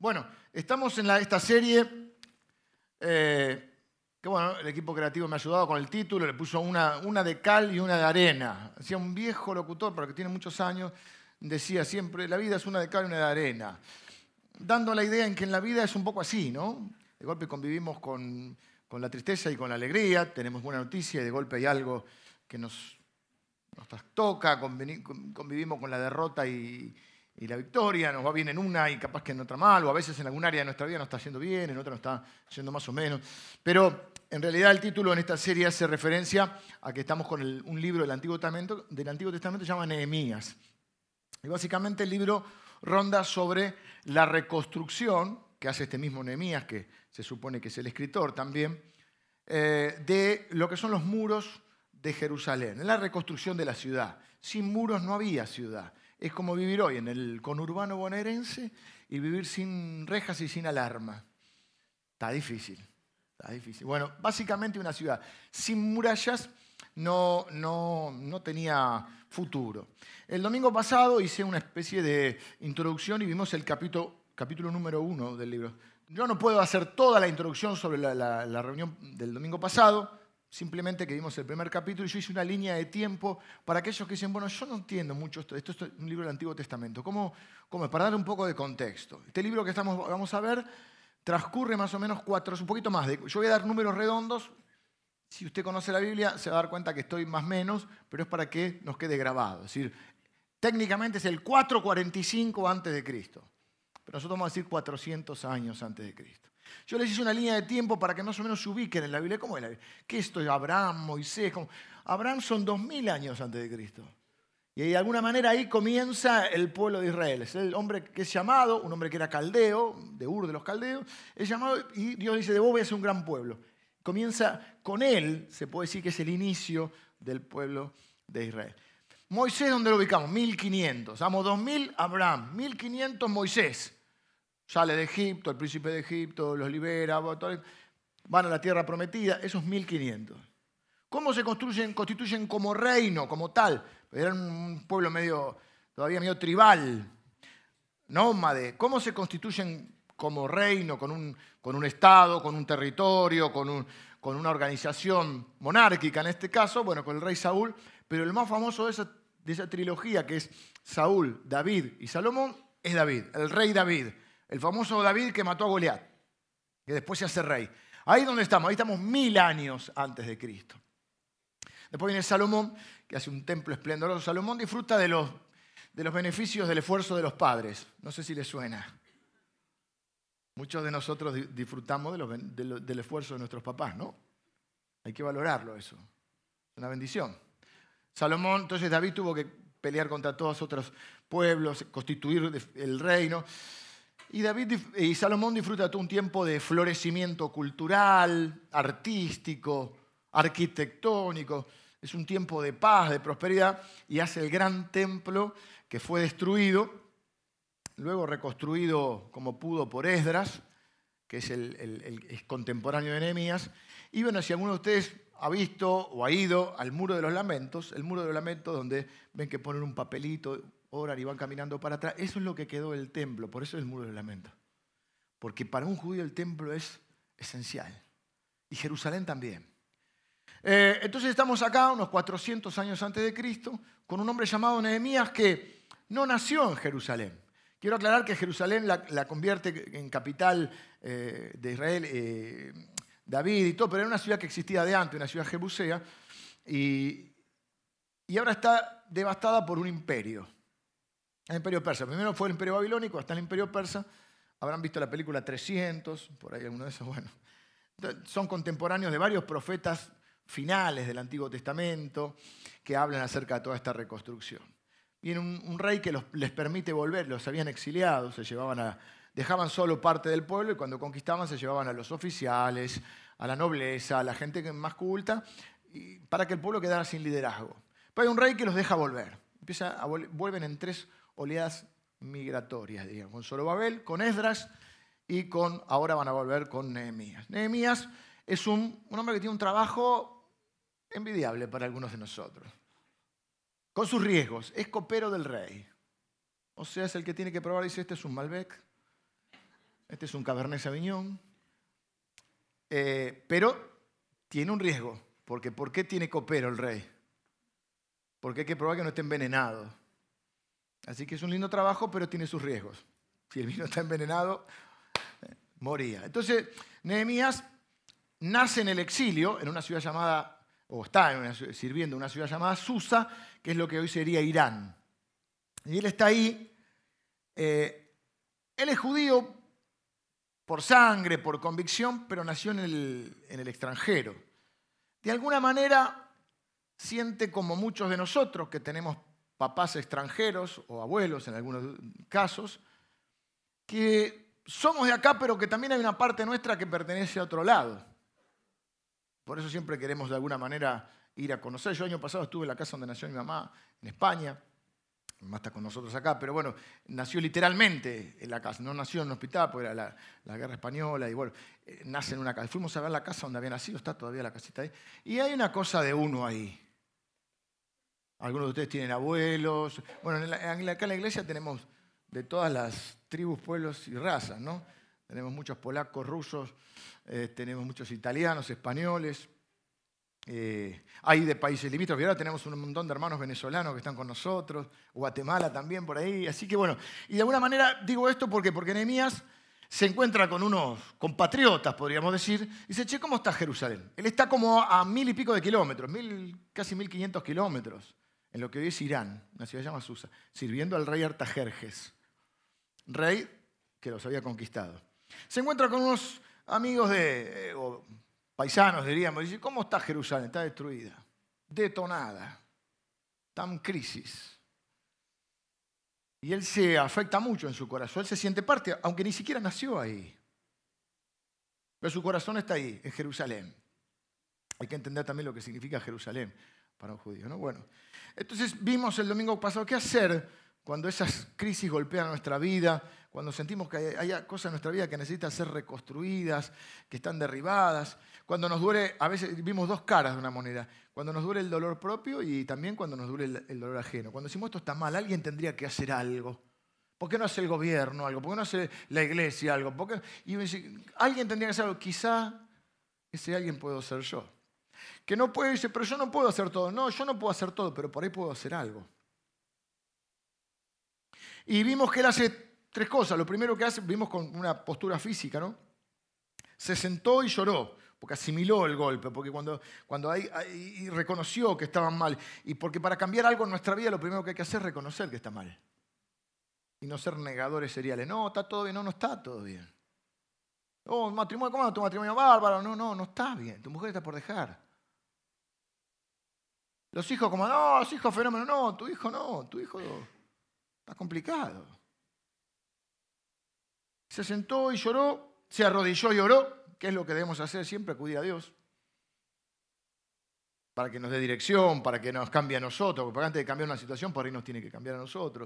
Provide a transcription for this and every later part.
Bueno, estamos en esta serie que bueno, el equipo creativo me ha ayudado con el título, le puso una de cal y una de arena. Decía un viejo locutor, pero que tiene muchos años, decía siempre, la vida es una de cal y una de arena. Dando la idea en que en la vida es un poco así, ¿no? De golpe convivimos con la tristeza y con la alegría, tenemos buena noticia y de golpe hay algo que nos trastoca, convivimos con la derrota y la victoria, nos va bien en una y capaz que en otra mal, o a veces en algún área de nuestra vida nos está yendo bien, en otra nos está yendo más o menos. Pero en realidad el título en esta serie hace referencia a que estamos con un libro del Antiguo Testamento que se llama Nehemías. Y básicamente el libro ronda sobre la reconstrucción que hace este mismo Nehemías, que se supone que es el escritor también, de lo que son los muros de Jerusalén, en la reconstrucción de la ciudad. Sin muros no había ciudad. Es como vivir hoy en el conurbano bonaerense y vivir sin rejas y sin alarma. Está difícil. Bueno, básicamente una ciudad sin murallas no tenía futuro. El domingo pasado hice una especie de introducción y vimos el capítulo número 1 del libro. Yo no puedo hacer toda la introducción sobre la reunión del domingo pasado, simplemente que vimos el primer capítulo y yo hice una línea de tiempo para aquellos que dicen, bueno, yo no entiendo mucho esto es un libro del Antiguo Testamento. ¿Cómo? Para darle un poco de contexto. Este libro que vamos a ver transcurre más o menos un poquito más. Yo voy a dar números redondos. Si usted conoce la Biblia se va a dar cuenta que estoy más o menos, pero es para que nos quede grabado. Es decir, técnicamente es el 445 antes de Cristo. Pero nosotros vamos a decir 400 años antes de Cristo. Yo les hice una línea de tiempo para que más o menos se ubiquen en la Biblia. ¿Cómo es la Biblia? ¿Qué es esto? Abraham, Moisés. Abraham son 2000 años antes de Cristo. Y de alguna manera ahí comienza el pueblo de Israel. Es el hombre que es llamado, un hombre que era caldeo, de Ur de los caldeos, es llamado y Dios dice, de vos voy a ser un gran pueblo. Comienza con él, se puede decir que es el inicio del pueblo de Israel. Moisés, ¿dónde lo ubicamos? 1500. Vamos, 2000 Abraham, 1500 Moisés. Sale de Egipto, el príncipe de Egipto, los libera, van a la tierra prometida, esos 1500. ¿Cómo se constituyen como reino, como tal? Eran un pueblo todavía medio tribal, nómade. ¿Cómo se constituyen como reino, con un estado, con un territorio, con una organización monárquica en este caso? Bueno, con el rey Saúl, pero el más famoso de esa trilogía, que es Saúl, David y Salomón, es David, el rey David. El famoso David que mató a Goliat, que después se hace rey. Ahí donde estamos, ahí estamos 1000 años antes de Cristo. Después viene Salomón, que hace un templo esplendoroso. Salomón disfruta de los beneficios del esfuerzo de los padres. No sé si les suena. Muchos de nosotros disfrutamos del esfuerzo de nuestros papás, ¿no? Hay que valorarlo eso. Es una bendición. Salomón, entonces David tuvo que pelear contra todos los otros pueblos, constituir el reino. Y Salomón disfruta todo un tiempo de florecimiento cultural, artístico, arquitectónico. Es un tiempo de paz, de prosperidad, y hace el gran templo que fue destruido, luego reconstruido como pudo por Esdras, que es el contemporáneo de Nehemías. Y bueno, si alguno de ustedes ha visto o ha ido al Muro de los Lamentos, el Muro de los Lamentos donde ven que ponen un papelito, oran y van caminando para atrás. Eso es lo que quedó del templo, por eso es el Muro del Lamento. Porque para un judío el templo es esencial. Y Jerusalén también. Entonces estamos acá, unos 400 años antes de Cristo, con un hombre llamado Nehemías que no nació en Jerusalén. Quiero aclarar que Jerusalén la convierte en capital de Israel David y todo, pero era una ciudad que existía de antes, una ciudad jebusea, y ahora está devastada por un imperio. El imperio persa. Primero fue el imperio babilónico, hasta el imperio persa. Habrán visto la película 300, por ahí alguno de esos. Bueno, son contemporáneos de varios profetas finales del Antiguo Testamento que hablan acerca de toda esta reconstrucción. Viene un rey que les permite volver, los habían exiliado, dejaban solo parte del pueblo y cuando conquistaban se llevaban a los oficiales, a la nobleza, a la gente más culta, para que el pueblo quedara sin liderazgo. Pero hay un rey que los deja volver. Vuelven en 3 oleadas migratorias, digamos, con Zorobabel, con Esdras y ahora van a volver con Nehemías. Nehemías es un hombre que tiene un trabajo envidiable para algunos de nosotros, con sus riesgos. Es copero del rey. O sea, es el que tiene que probar y dice, este es un Malbec, Este es un Cabernet Sauvignon. Pero tiene un riesgo. Porque ¿por qué tiene copero el rey? Porque hay que probar que no esté envenenado. Así que es un lindo trabajo, pero tiene sus riesgos. Si el vino está envenenado, moría. Entonces, Nehemías nace en el exilio, en una ciudad llamada, o está sirviendo en una ciudad llamada Susa, que es lo que hoy sería Irán. Y él está ahí. Él es judío por sangre, por convicción, pero nació en el extranjero. De alguna manera siente como muchos de nosotros que tenemos papás extranjeros o abuelos en algunos casos, que somos de acá, pero que también hay una parte nuestra que pertenece a otro lado. Por eso siempre queremos de alguna manera ir a conocer. Yo el año pasado estuve en la casa donde nació mi mamá, en España. Mi mamá está con nosotros acá, pero bueno, nació literalmente en la casa. No nació en un hospital, porque era la guerra española, y bueno, nace en una casa. Fuimos a ver la casa donde había nacido, está todavía la casita ahí. Y hay una cosa de uno ahí. Algunos de ustedes tienen abuelos. Bueno, acá en la iglesia tenemos de todas las tribus, pueblos y razas, ¿no? Tenemos muchos polacos, rusos, tenemos muchos italianos, españoles. Hay de países limítrofes. Ahora tenemos un montón de hermanos venezolanos que están con nosotros, Guatemala también por ahí. Así que bueno, y de alguna manera digo esto porque Nehemías se encuentra con unos compatriotas, podríamos decir, y dice, che, ¿cómo está Jerusalén? Él está como a 1000 y pico de kilómetros, casi 1500 kilómetros, en lo que hoy es Irán, una ciudad llamada Susa, sirviendo al rey Artajerjes, rey que los había conquistado. Se encuentra con unos amigos o paisanos, diríamos, y dice, ¿cómo está Jerusalén? Está destruida, detonada, está en crisis. Y él se afecta mucho en su corazón, él se siente parte, aunque ni siquiera nació ahí. Pero su corazón está ahí, en Jerusalén. Hay que entender también lo que significa Jerusalén para un judío, ¿no? Bueno, entonces vimos el domingo pasado qué hacer cuando esas crisis golpean nuestra vida, cuando sentimos que hay cosas en nuestra vida que necesitan ser reconstruidas, que están derribadas, cuando nos duele, a veces vimos dos caras de una moneda, cuando nos duele el dolor propio y también cuando nos duele el dolor ajeno. Cuando decimos esto está mal, alguien tendría que hacer algo. ¿Por qué no hace el gobierno algo? ¿Por qué no hace la iglesia algo? Y uno dice, alguien tendría que hacer algo. Quizá ese alguien puedo ser yo. Que no puede decir, pero yo no puedo hacer todo. No, yo no puedo hacer todo, pero por ahí puedo hacer algo. Y vimos que él hace tres cosas. Lo primero que hace, vimos con una postura física, ¿no? Se sentó y lloró, porque asimiló el golpe, porque cuando y reconoció que estaban mal. Y porque para cambiar algo en nuestra vida, lo primero que hay que hacer es reconocer que está mal. Y no ser negadores seriales. No, está todo bien. No, no está todo bien. Oh, matrimonio, ¿cómo? Tu matrimonio bárbaro. No está bien. Tu mujer está por dejar. Los hijos como, no, los hijos fenómeno. No, tu hijo está complicado. Se sentó y lloró, se arrodilló y oró, que es lo que debemos hacer siempre, acudir a Dios. Para que nos dé dirección, para que nos cambie a nosotros, porque antes de cambiar una situación, por ahí nos tiene que cambiar a nosotros.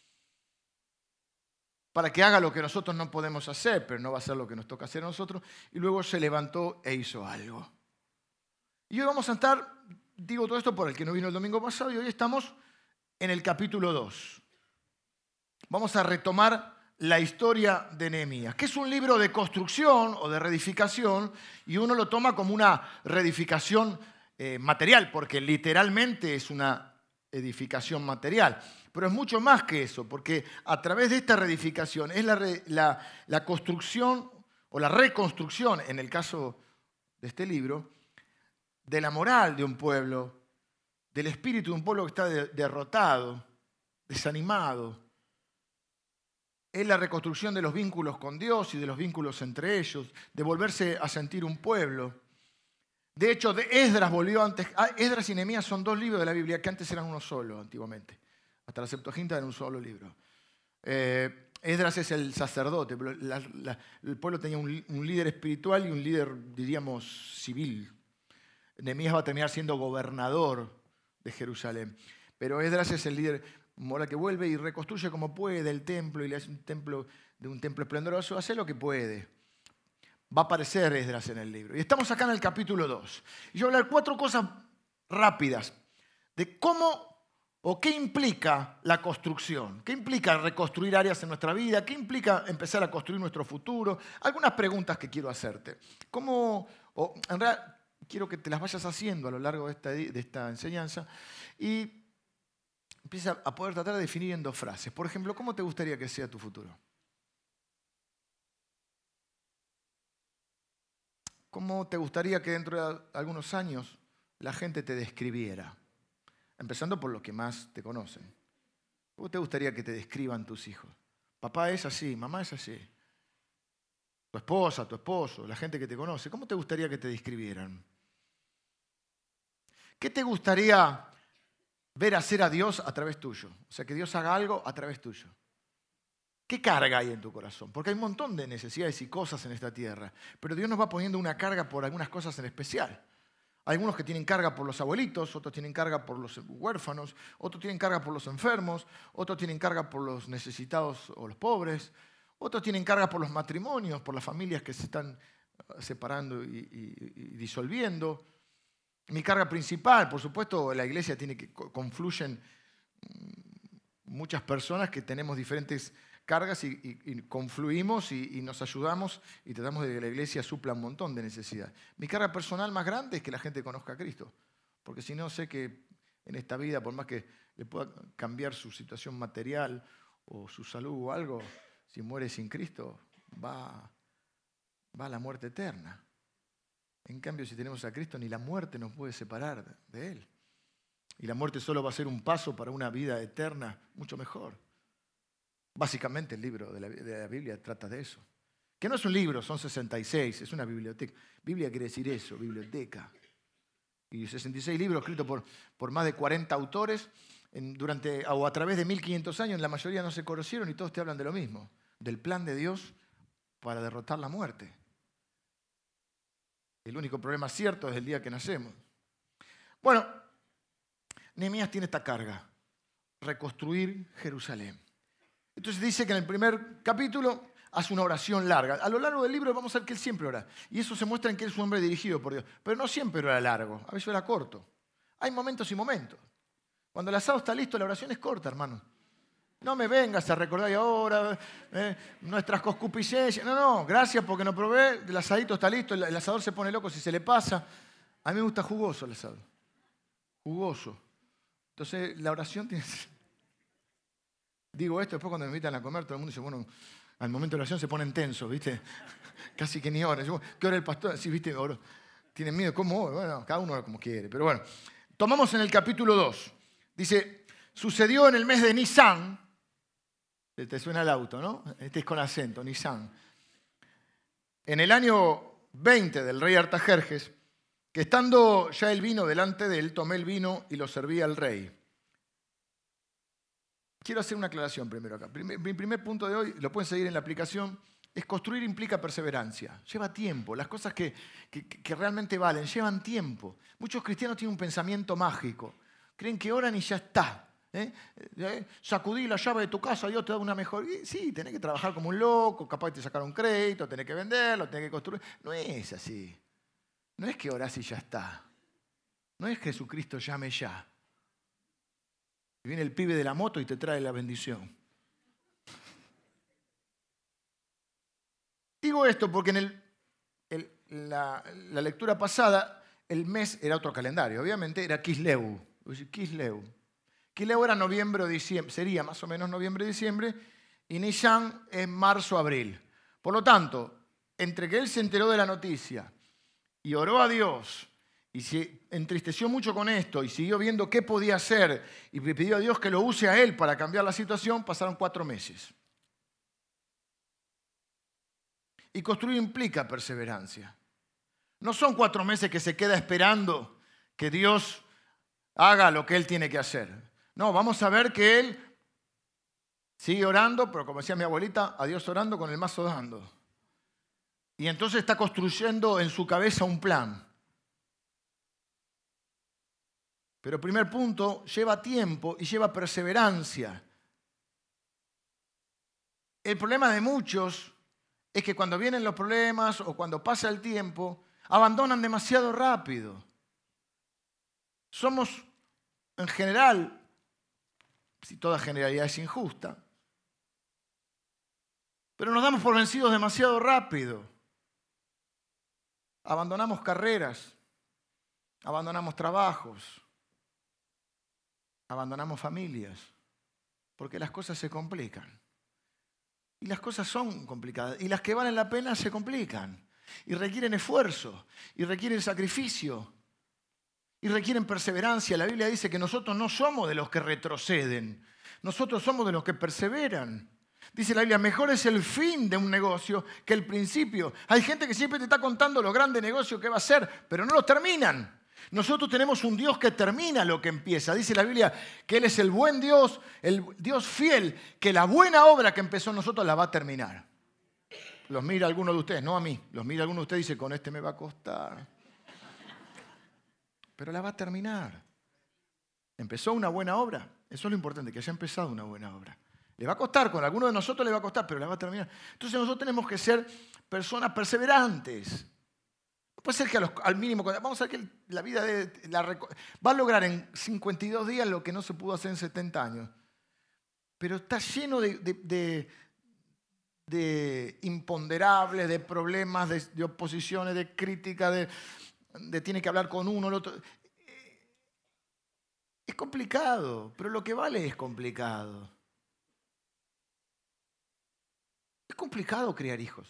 Para que haga lo que nosotros no podemos hacer, pero no va a hacer lo que nos toca hacer a nosotros. Y luego se levantó e hizo algo. Y hoy vamos a estar, digo todo esto por el que no vino el domingo pasado, y hoy estamos en el capítulo 2. Vamos a retomar la historia de Nehemías, que es un libro de construcción o de reedificación, y uno lo toma como una reedificación material, porque literalmente es una edificación material. Pero es mucho más que eso, porque a través de esta reedificación es la construcción o la reconstrucción, en el caso de este libro, de la moral de un pueblo, del espíritu de un pueblo que está derrotado, desanimado. Es la reconstrucción de los vínculos con Dios y de los vínculos entre ellos, de volverse a sentir un pueblo. De hecho, Esdras volvió antes. Esdras y Nehemías son dos libros de la Biblia que antes eran uno solo, antiguamente. Hasta la Septuaginta era un solo libro. Esdras es el sacerdote. Pero el pueblo tenía un líder espiritual y un líder, diríamos, civil. Nehemías va a terminar siendo gobernador de Jerusalén. Pero Esdras es el líder moral que vuelve y reconstruye como puede el templo y le hace un templo esplendoroso. Hace lo que puede. Va a aparecer Esdras en el libro. Y estamos acá en el capítulo 2. Y yo voy a hablar 4 cosas rápidas de cómo ¿O qué implica la construcción? ¿Qué implica reconstruir áreas en nuestra vida? ¿Qué implica empezar a construir nuestro futuro? Algunas preguntas que quiero hacerte. En realidad, quiero que te las vayas haciendo a lo largo de esta enseñanza y empieza a poder tratar de definir en 2 frases. Por ejemplo, ¿cómo te gustaría que sea tu futuro? ¿Cómo te gustaría que dentro de algunos años la gente te describiera? Empezando por los que más te conocen. ¿Cómo te gustaría que te describan tus hijos? Papá es así, mamá es así. Tu esposa, tu esposo, la gente que te conoce. ¿Cómo te gustaría que te describieran? ¿Qué te gustaría ver hacer a Dios a través tuyo? O sea, que Dios haga algo a través tuyo. ¿Qué carga hay en tu corazón? Porque hay un montón de necesidades y cosas en esta tierra, pero Dios nos va poniendo una carga por algunas cosas en especial. Hay algunos que tienen carga por los abuelitos, otros tienen carga por los huérfanos, otros tienen carga por los enfermos, otros tienen carga por los necesitados o los pobres, otros tienen carga por los matrimonios, por las familias que se están separando y disolviendo. Mi carga principal, por supuesto, la iglesia tiene que confluyen muchas personas que tenemos diferentes cargas y confluimos y nos ayudamos y tratamos de que la iglesia supla un montón de necesidades. Mi carga personal más grande es que la gente conozca a Cristo, porque si no sé que en esta vida, por más que le pueda cambiar su situación material o su salud o algo, si muere sin Cristo va a la muerte eterna. En cambio, si tenemos a Cristo, ni la muerte nos puede separar de Él. Y la muerte solo va a ser un paso para una vida eterna mucho mejor. Básicamente el libro de la Biblia trata de eso. Que no es un libro, son 66, es una biblioteca. Biblia quiere decir eso, biblioteca. Y 66 libros escritos por más de 40 autores o a través de 1500 años, la mayoría no se conocieron y todos te hablan de lo mismo, del plan de Dios para derrotar la muerte. El único problema cierto es el día que nacemos. Bueno, Nehemías tiene esta carga, reconstruir Jerusalén. Entonces dice que en el primer capítulo hace una oración larga. A lo largo del libro vamos a ver que él siempre ora. Y eso se muestra en que él es un hombre dirigido por Dios. Pero no siempre era largo, a veces era corto. Hay momentos y momentos. Cuando el asado está listo, la oración es corta, hermano. No me vengas a recordar y ahora nuestras concupiscencias. No, gracias porque nos probé, el asadito está listo, el asador se pone loco si se le pasa. A mí me gusta jugoso el asado. Jugoso. Entonces la oración tiene... Digo esto, después cuando me invitan a comer, todo el mundo dice, bueno, al momento de la oración se ponen tensos, ¿viste? Casi que ni ora. ¿Qué ora el pastor? Sí, ¿viste? Oro. Tienen miedo, ¿cómo ora? Bueno, cada uno ora como quiere. Pero bueno, tomamos en el capítulo 2. Dice, sucedió en el mes de Nisan. Te suena el auto, ¿no? Este es con acento, Nisan. En el año 20 del rey Artajerjes, que estando ya el vino delante de él, tomé el vino y lo serví al rey. Quiero hacer una aclaración primero acá. Mi primer punto de hoy, lo pueden seguir en la aplicación, es construir implica perseverancia. Lleva tiempo. Las cosas que realmente valen llevan tiempo. Muchos cristianos tienen un pensamiento mágico. Creen que oran y ya está. Sacudí la llave de tu casa, Dios te da una mejor... Sí, tenés que trabajar como un loco, capaz te sacar un crédito, tenés que venderlo, tenés que construir. No es así. No es que orás y ya está. No es Jesucristo llame ya. Y viene el pibe de la moto y te trae la bendición. Digo esto porque en la lectura pasada el mes era otro calendario. Obviamente era Kisleu. Kisleu era noviembre o diciembre, sería más o menos noviembre o diciembre, y Nisan es marzo o abril. Por lo tanto, entre que él se enteró de la noticia y oró a Dios, y se entristeció mucho con esto, y siguió viendo qué podía hacer, y le pidió a Dios que lo use a él para cambiar la situación, pasaron 4 meses. Y construir implica perseverancia. No son 4 meses que se queda esperando que Dios haga lo que él tiene que hacer. No, vamos a ver que él sigue orando, pero como decía mi abuelita, a Dios orando con el mazo dando. Y entonces está construyendo en su cabeza un plan. Pero primer punto, lleva tiempo y lleva perseverancia. El problema de muchos es que cuando vienen los problemas o cuando pasa el tiempo, abandonan demasiado rápido. Somos, en general, si toda generalidad es injusta. Pero nos damos por vencidos demasiado rápido. Abandonamos carreras, abandonamos trabajos, abandonamos familias, porque las cosas se complican. Y las cosas son complicadas. Y las que valen la pena se complican. Y requieren esfuerzo, y requieren sacrificio, y requieren perseverancia. La Biblia dice que nosotros no somos de los que retroceden, nosotros somos de los que perseveran. Dice la Biblia, mejor es el fin de un negocio que el principio. Hay gente que siempre te está contando los grandes negocios que va a hacer, pero no los terminan. Nosotros tenemos un Dios que termina lo que empieza. Dice la Biblia que Él es el buen Dios, el Dios fiel, que la buena obra que empezó en nosotros la va a terminar. Los mira alguno de ustedes, no a mí, los mira alguno de ustedes y dice, con este me va a costar. Pero la va a terminar. Empezó una buena obra. Eso es lo importante, que haya empezado una buena obra. Le va a costar, con alguno de nosotros le va a costar, pero la va a terminar. Entonces nosotros tenemos que ser personas perseverantes. No puede ser que al mínimo, vamos a ver que la vida va a lograr en 52 días lo que no se pudo hacer en 70 años. Pero está lleno de imponderables, de problemas, de oposiciones, de críticas, de tiene que hablar con uno, el otro. Es complicado, pero lo que vale es complicado. Es complicado criar hijos.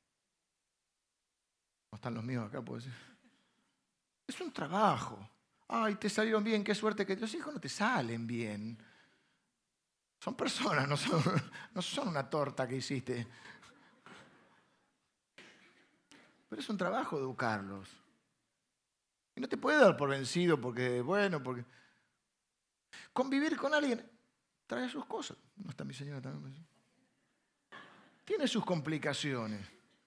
No están los míos acá, puedo decir. Es un trabajo. Ay, te salieron bien, qué suerte que los hijos no te salen bien. Son personas, no son una torta que hiciste. Pero es un trabajo educarlos. Y no te puede dar por vencido porque. Convivir con alguien trae sus cosas. No está mi señora también. Tiene sus complicaciones.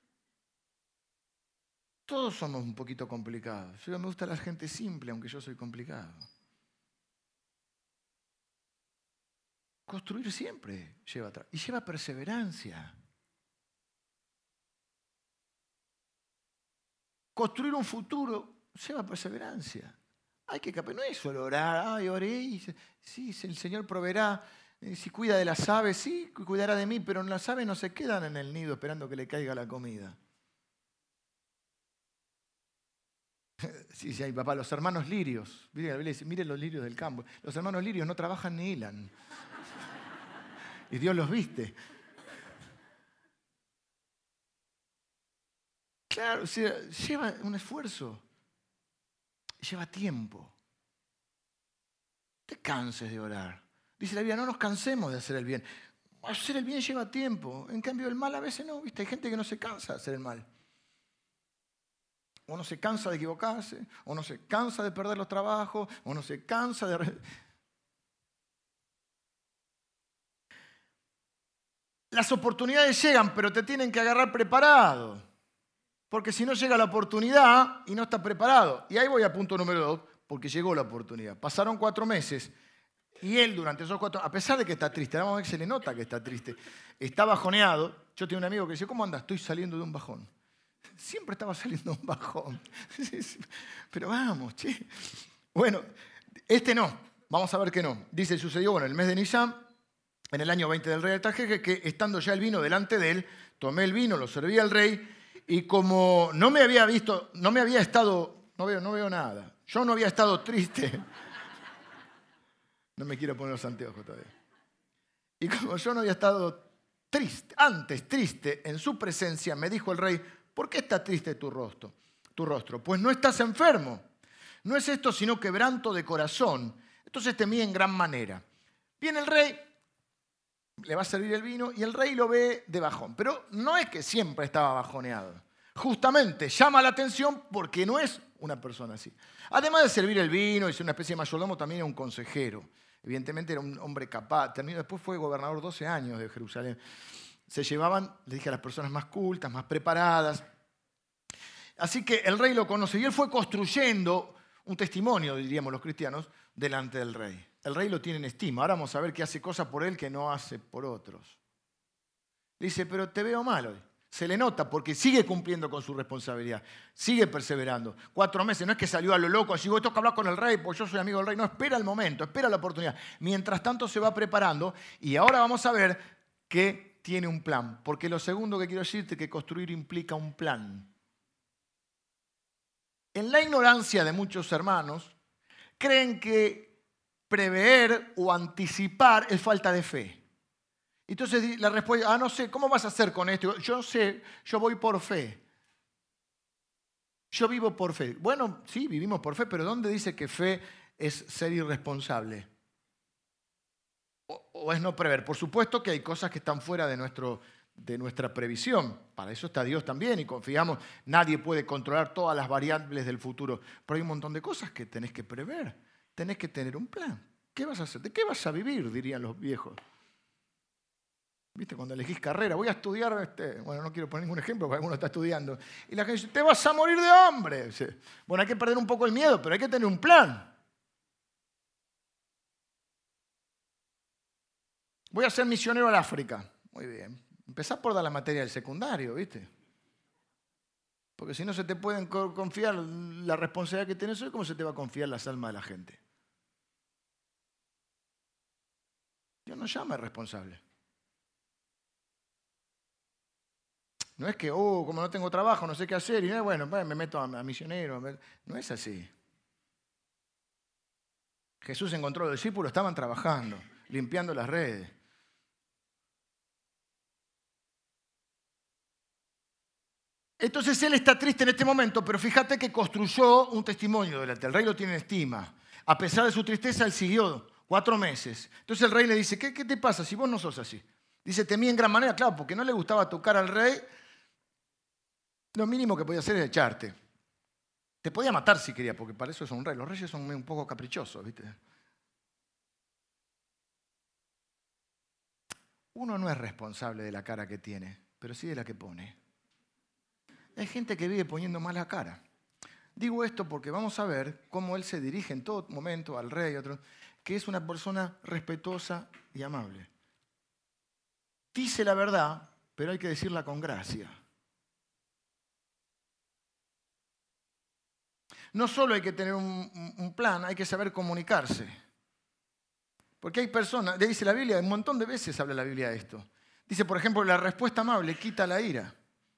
Todos somos un poquito complicados. Yo me gusta la gente simple, aunque yo soy complicado. Construir siempre lleva atrás. Y lleva perseverancia. Construir un futuro lleva perseverancia. Hay que no es solo orar, ay, oré y sí, el Señor proveerá. Si cuida de las aves, sí, cuidará de mí, pero las aves no se quedan en el nido esperando que le caiga la comida. Sí, hay papá, los hermanos lirios. Miren los lirios del campo. Los hermanos lirios no trabajan ni hilan. Y Dios los viste. Claro, o sea, lleva un esfuerzo. Lleva tiempo. No te canses de orar. Dice la Biblia, no nos cansemos de hacer el bien. Hacer el bien lleva tiempo. En cambio, el mal a veces no. ¿Viste? Hay gente que no se cansa de hacer el mal. O no se cansa de equivocarse, o no se cansa de perder los trabajos, o no se cansa de... Las oportunidades llegan, pero te tienen que agarrar preparado. Porque si no llega la oportunidad y no estás preparado. Y ahí voy a punto número 2, porque llegó la oportunidad. Pasaron 4 meses y él durante esos 4, a pesar de que está triste, vamos a ver que se le nota que está triste, está bajoneado. Yo tengo un amigo que dice, ¿cómo andas? Estoy saliendo de un bajón. Siempre estaba saliendo de un bajón. Pero vamos, che. Bueno, este no. Vamos a ver que no. Dice, sucedió, el mes de Nisan, en el año 20 del rey Artajerjes, que estando ya el vino delante de él, tomé el vino, lo serví al rey, y como no me había estado, no veo nada. Yo no había estado triste. No me quiero poner los anteojos todavía. Y como yo no había estado triste en su presencia, me dijo el rey, ¿por qué está triste tu rostro? Pues no estás enfermo. No es esto sino quebranto de corazón. Entonces temí en gran manera. Viene el rey, le va a servir el vino y el rey lo ve de bajón. Pero no es que siempre estaba bajoneado. Justamente llama la atención porque no es una persona así. Además de servir el vino y ser una especie de mayordomo, también era un consejero. Evidentemente era un hombre capaz. Después fue gobernador 12 años de Jerusalén. Se llevaban, le dije, a las personas más cultas, más preparadas. Así que el rey lo conoce y él fue construyendo un testimonio, diríamos los cristianos, delante del rey. El rey lo tiene en estima. Ahora vamos a ver que hace cosas por él que no hace por otros. Le dice, pero te veo mal hoy. Se le nota porque sigue cumpliendo con su responsabilidad, sigue perseverando. 4 meses, no es que salió a lo loco, así, tengo que hablar con el rey, porque yo soy amigo del rey. No, espera el momento, espera la oportunidad. Mientras tanto se va preparando y ahora vamos a ver que tiene un plan. Porque lo segundo que quiero decirte es que construir implica un plan. En la ignorancia de muchos hermanos, creen que prever o anticipar es falta de fe. Entonces la respuesta, no sé, ¿cómo vas a hacer con esto? Yo sé, yo voy por fe. Yo vivo por fe. Bueno, sí, vivimos por fe, pero ¿dónde dice que fe es ser irresponsable? ¿O es no prever? Por supuesto que hay cosas que están fuera de nuestra previsión. Para eso está Dios también y confiamos, nadie puede controlar todas las variables del futuro. Pero hay un montón de cosas que tenés que prever. Tenés que tener un plan. ¿Qué vas a hacer? ¿De qué vas a vivir? Dirían los viejos. ¿Viste? Cuando elegís carrera, voy a estudiar, bueno, no quiero poner ningún ejemplo porque alguno está estudiando. Y la gente dice, te vas a morir de hambre. Dice, bueno, hay que perder un poco el miedo, pero hay que tener un plan. Voy a ser misionero al África. Muy bien. Empezá por dar la materia del secundario, ¿viste? Porque si no se te pueden confiar la responsabilidad que tienes hoy, ¿cómo se te va a confiar las almas de la gente? Dios no llama irresponsable. No es que, como no tengo trabajo, no sé qué hacer, y bueno, me meto a misionero. No es así. Jesús encontró a los discípulos, estaban trabajando, limpiando las redes. Entonces él está triste en este momento, pero fíjate que construyó un testimonio delante. El rey lo tiene en estima. A pesar de su tristeza, él siguió 4 meses. Entonces el rey le dice, ¿qué te pasa si vos no sos así? Dice, temí en gran manera, claro, porque no le gustaba tocar al rey. Lo mínimo que podía hacer es echarte. Te podía matar si quería, porque para eso es un rey. Los reyes son un poco caprichosos, ¿viste? Uno no es responsable de la cara que tiene, pero sí de la que pone. Hay gente que vive poniendo mala cara. Digo esto porque vamos a ver cómo él se dirige en todo momento al rey y otro, que es una persona respetuosa y amable. Dice la verdad, pero hay que decirla con gracia. No solo hay que tener un plan, hay que saber comunicarse. Porque hay personas, le dice la Biblia, un montón de veces habla la Biblia de esto. Dice, por ejemplo, la respuesta amable quita la ira.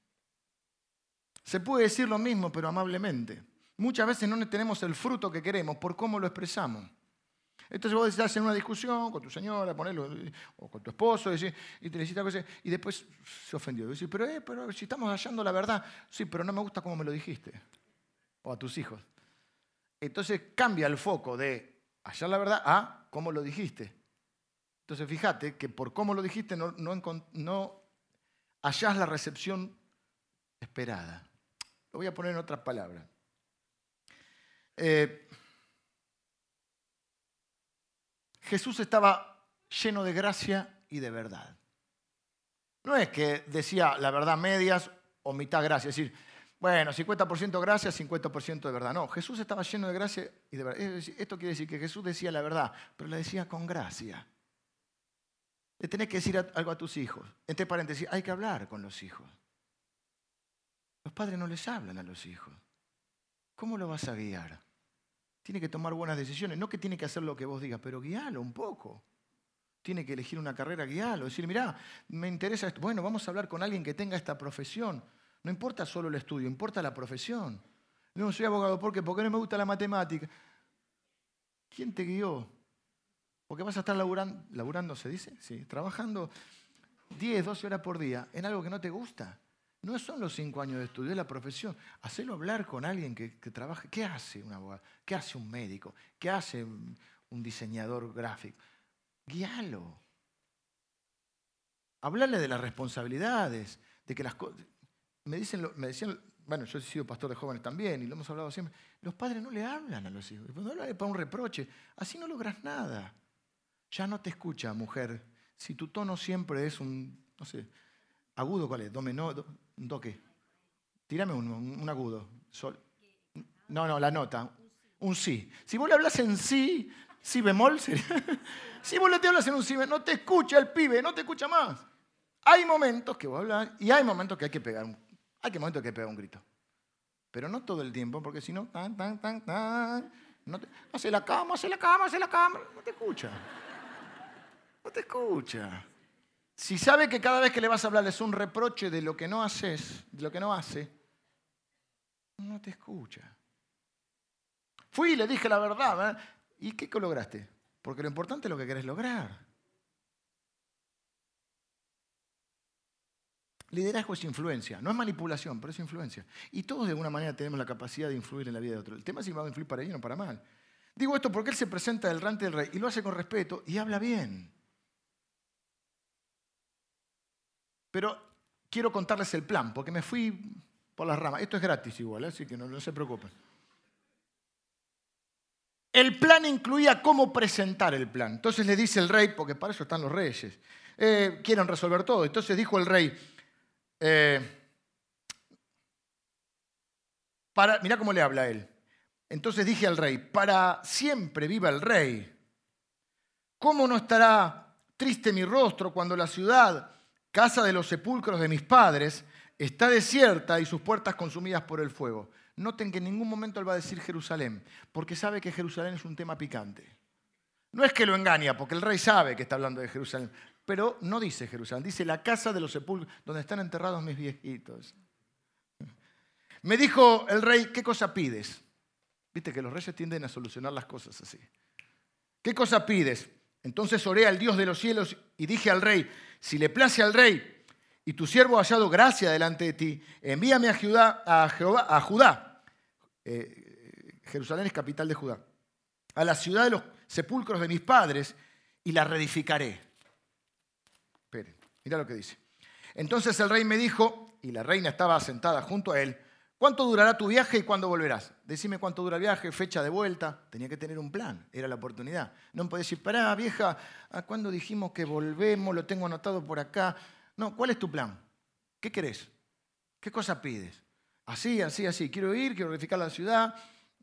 Se puede decir lo mismo, pero amablemente. Muchas veces no tenemos el fruto que queremos por cómo lo expresamos. Entonces vos estás en una discusión con tu señora, o con tu esposo, y te necesitas cosas, y después se ofendió. Y decís, pero si estamos hallando la verdad, sí, pero no me gusta cómo me lo dijiste. O a tus hijos. Entonces cambia el foco de hallar la verdad a cómo lo dijiste. Entonces fíjate que por cómo lo dijiste no hallás la recepción esperada. Lo voy a poner en otras palabras. Jesús estaba lleno de gracia y de verdad. No es que decía la verdad medias o mitad gracia, es decir, bueno, 50% gracia, 50% de verdad. No, Jesús estaba lleno de gracia y de verdad. Esto quiere decir que Jesús decía la verdad, pero la decía con gracia. Le tenés que decir algo a tus hijos. Entre paréntesis, hay que hablar con los hijos. Los padres no les hablan a los hijos. ¿Cómo lo vas a guiar? Tiene que tomar buenas decisiones. No que tiene que hacer lo que vos digas, pero guíalo un poco. Tiene que elegir una carrera, guíalo. Decir, mirá, me interesa esto. Bueno, vamos a hablar con alguien que tenga esta profesión. No importa solo el estudio, importa la profesión. No soy abogado, ¿por qué? Porque no me gusta la matemática. ¿Quién te guió? Porque vas a estar laburando, ¿se dice? Sí, trabajando 10, 12 horas por día en algo que no te gusta. No son los 5 años de estudio, es la profesión. Hacelo hablar con alguien que trabaje. ¿Qué hace un abogado? ¿Qué hace un médico? ¿Qué hace un diseñador gráfico? Guíalo. Hablarle de las responsabilidades, de que las cosas... Me decían, bueno, yo he sido pastor de jóvenes también y lo hemos hablado siempre. Los padres no le hablan a los hijos. No le hablan para un reproche. Así no logras nada. Ya no te escucha, mujer. Si tu tono siempre es un, no sé, agudo, ¿cuál es? ¿Do qué? Tírame un agudo. No, la nota. Un sí. Si vos le hablas en sí bemol, sería. Si vos le hablas en un sí, no te escucha el pibe, no te escucha más. hay momentos que voy a hablar y hay momentos que hay que pegar un grito. Pero no todo el tiempo, porque si no, hace la cama, no te escucha. No te escucha. Si sabe que cada vez que le vas a hablar es un reproche de lo que no haces, de lo que no hace, no te escucha. Fui y le dije la verdad, ¿verdad? ¿Y qué lograste? Porque lo importante es lo que querés lograr. Liderazgo es influencia, no es manipulación, pero es influencia. Y todos de alguna manera tenemos la capacidad de influir en la vida de otro. El tema es si va a influir para bien o para mal. Digo esto porque él se presenta delante del rey y lo hace con respeto y habla bien. Pero quiero contarles el plan, porque me fui por las ramas. Esto es gratis igual, así que no se preocupen. El plan incluía cómo presentar el plan. Entonces le dice el rey, porque para eso están los reyes, quieren resolver todo. Entonces dijo el rey, mirá cómo le habla a él. Entonces dije al rey, para siempre viva el rey. ¿Cómo no estará triste mi rostro cuando la ciudad, casa de los sepulcros de mis padres, está desierta y sus puertas consumidas por el fuego? Noten que en ningún momento él va a decir Jerusalén, porque sabe que Jerusalén es un tema picante. No es que lo engaña, porque el rey sabe que está hablando de Jerusalén, pero no dice Jerusalén, dice la casa de los sepulcros, donde están enterrados mis viejitos. Me dijo el rey, ¿qué cosa pides? Viste que los reyes tienden a solucionar las cosas así. ¿Qué cosa pides? Entonces oré al Dios de los cielos y dije al rey, si le place al rey y tu siervo ha hallado gracia delante de ti, envíame a Judá. Jerusalén es capital de Judá. A la ciudad de los sepulcros de mis padres y la reedificaré. Esperen, mira lo que dice. Entonces el rey me dijo, y la reina estaba sentada junto a él, ¿cuánto durará tu viaje y cuándo volverás? Decime cuánto dura el viaje, fecha de vuelta. Tenía que tener un plan, era la oportunidad. No me podés decir, pará, vieja, ¿a cuándo dijimos que volvemos? Lo tengo anotado por acá. No, ¿cuál es tu plan? ¿Qué querés? ¿Qué cosa pides? Así. Quiero ir, quiero verificar la ciudad.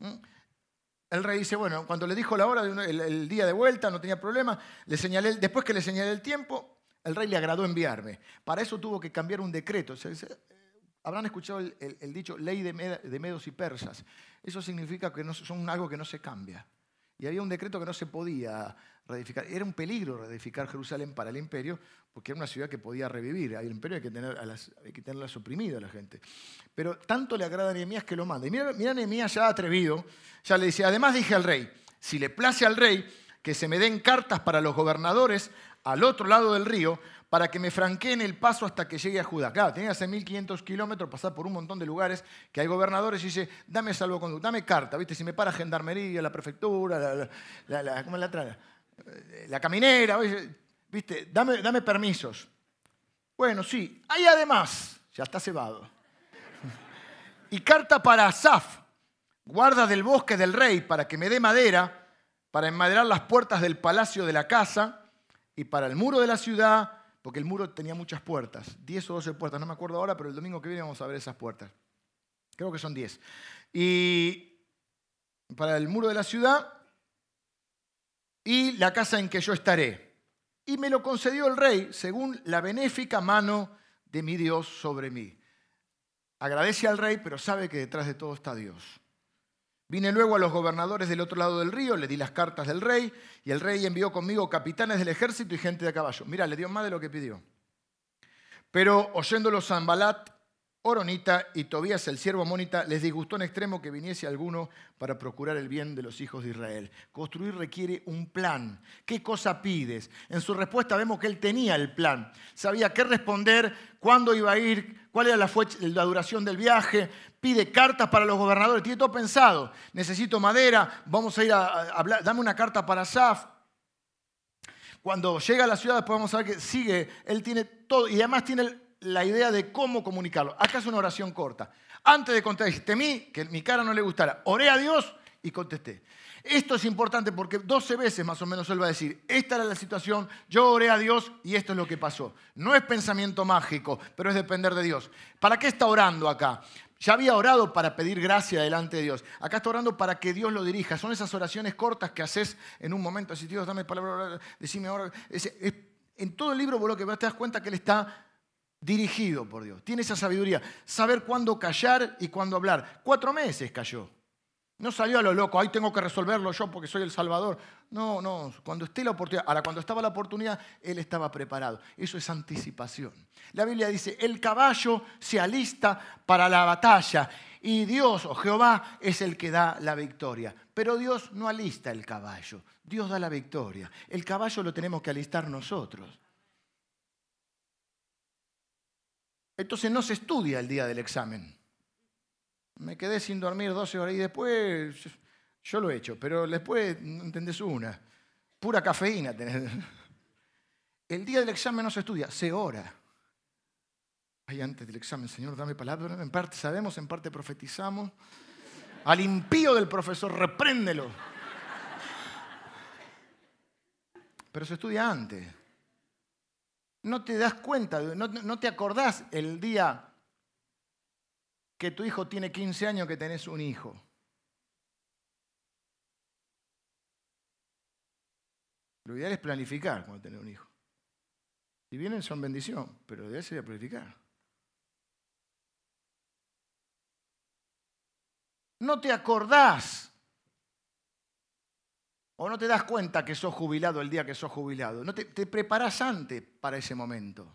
El rey dice, bueno, cuando le dijo la hora, el día de vuelta, no tenía problema. Después que le señalé el tiempo, el rey le agradó enviarme. Para eso tuvo que cambiar un decreto. Habrán escuchado el dicho ley de medos y persas. Eso significa que son algo que no se cambia. Y había un decreto que no se podía reedificar. Era un peligro reedificar Jerusalén para el imperio, porque era una ciudad que podía revivir. El imperio hay que tenerla suprimida a la gente. Pero tanto le agrada a Nehemías que lo manda. Y mira Nehemías ya atrevido, ya le dice, además dije al rey, si le place al rey que se me den cartas para los gobernadores al otro lado del río, para que me franqueen el paso hasta que llegue a Judá. Claro, tenía que hacer 1.500 kilómetros, pasar por un montón de lugares, que hay gobernadores y dice, dame salvoconducto, dame carta, ¿viste? Si me para gendarmería, la prefectura, ¿cómo es la otra? La caminera, ¿viste? Dame permisos. Bueno, sí. Hay además, ya está cebado. Y carta para Asaf, guarda del bosque del rey, para que me dé madera, para enmaderar las puertas del palacio de la casa, y para el muro de la ciudad, porque el muro tenía muchas puertas, 10 o 12 puertas, no me acuerdo ahora, pero el domingo que viene vamos a ver esas puertas. Creo que son 10. Y para el muro de la ciudad y la casa en que yo estaré. Y me lo concedió el rey según la benéfica mano de mi Dios sobre mí. Agradece al rey, pero sabe que detrás de todo está Dios. Vine luego a los gobernadores del otro lado del río, le di las cartas del rey, y el rey envió conmigo capitanes del ejército y gente de a caballo. Mira, le dio más de lo que pidió. Pero oyéndolo Sanbalat, Horonita y Tobías, el siervo ammonita, les disgustó en extremo que viniese alguno para procurar el bien de los hijos de Israel. Construir requiere un plan. ¿Qué cosa pides? En su respuesta vemos que él tenía el plan. Sabía qué responder, cuándo iba a ir, cuál era la duración del viaje. Pide cartas para los gobernadores. Tiene todo pensado. Necesito madera, vamos a ir a hablar. Dame una carta para Asaf. Cuando llega a la ciudad, después vamos a ver que sigue. Él tiene todo y además tiene la idea de cómo comunicarlo. Acá es una oración corta. Antes de contestar, temí que mi cara no le gustara. Oré a Dios y contesté. Esto es importante porque 12 veces más o menos él va a decir, esta era la situación, yo oré a Dios y esto es lo que pasó. No es pensamiento mágico, pero es depender de Dios. ¿Para qué está orando acá? Ya había orado para pedir gracia delante de Dios. Acá está orando para que Dios lo dirija. Son esas oraciones cortas que haces en un momento. Así, Dios, dame palabra, decime ahora. En todo el libro vos lo que te das cuenta que él está dirigido por Dios. Tiene esa sabiduría. Saber cuándo callar y cuándo hablar. 4 meses cayó. No salió a lo loco, ahí tengo que resolverlo yo porque soy el Salvador. No, cuando esté la oportunidad. Ahora, cuando estaba la oportunidad, él estaba preparado. Eso es anticipación. La Biblia dice, el caballo se alista para la batalla y Dios o Jehová es el que da la victoria. Pero Dios no alista el caballo, Dios da la victoria. El caballo lo tenemos que alistar nosotros. Entonces no se estudia el día del examen. Me quedé sin dormir 12 horas y después, yo lo he hecho, pero después no entendés una. Pura cafeína tenés. El día del examen no se estudia, se ora. Ay, antes del examen, Señor, dame palabra. En parte sabemos, en parte profetizamos. Al impío del profesor, repréndelo. Pero se estudia antes. No te das cuenta, no te acordás el día que tu hijo tiene 15 años que tenés un hijo. Lo ideal es planificar cuando tenés un hijo. Si vienen son bendición, pero lo ideal sería planificar. No te acordás o no te das cuenta que sos jubilado el día que sos jubilado. No te preparás antes para ese momento.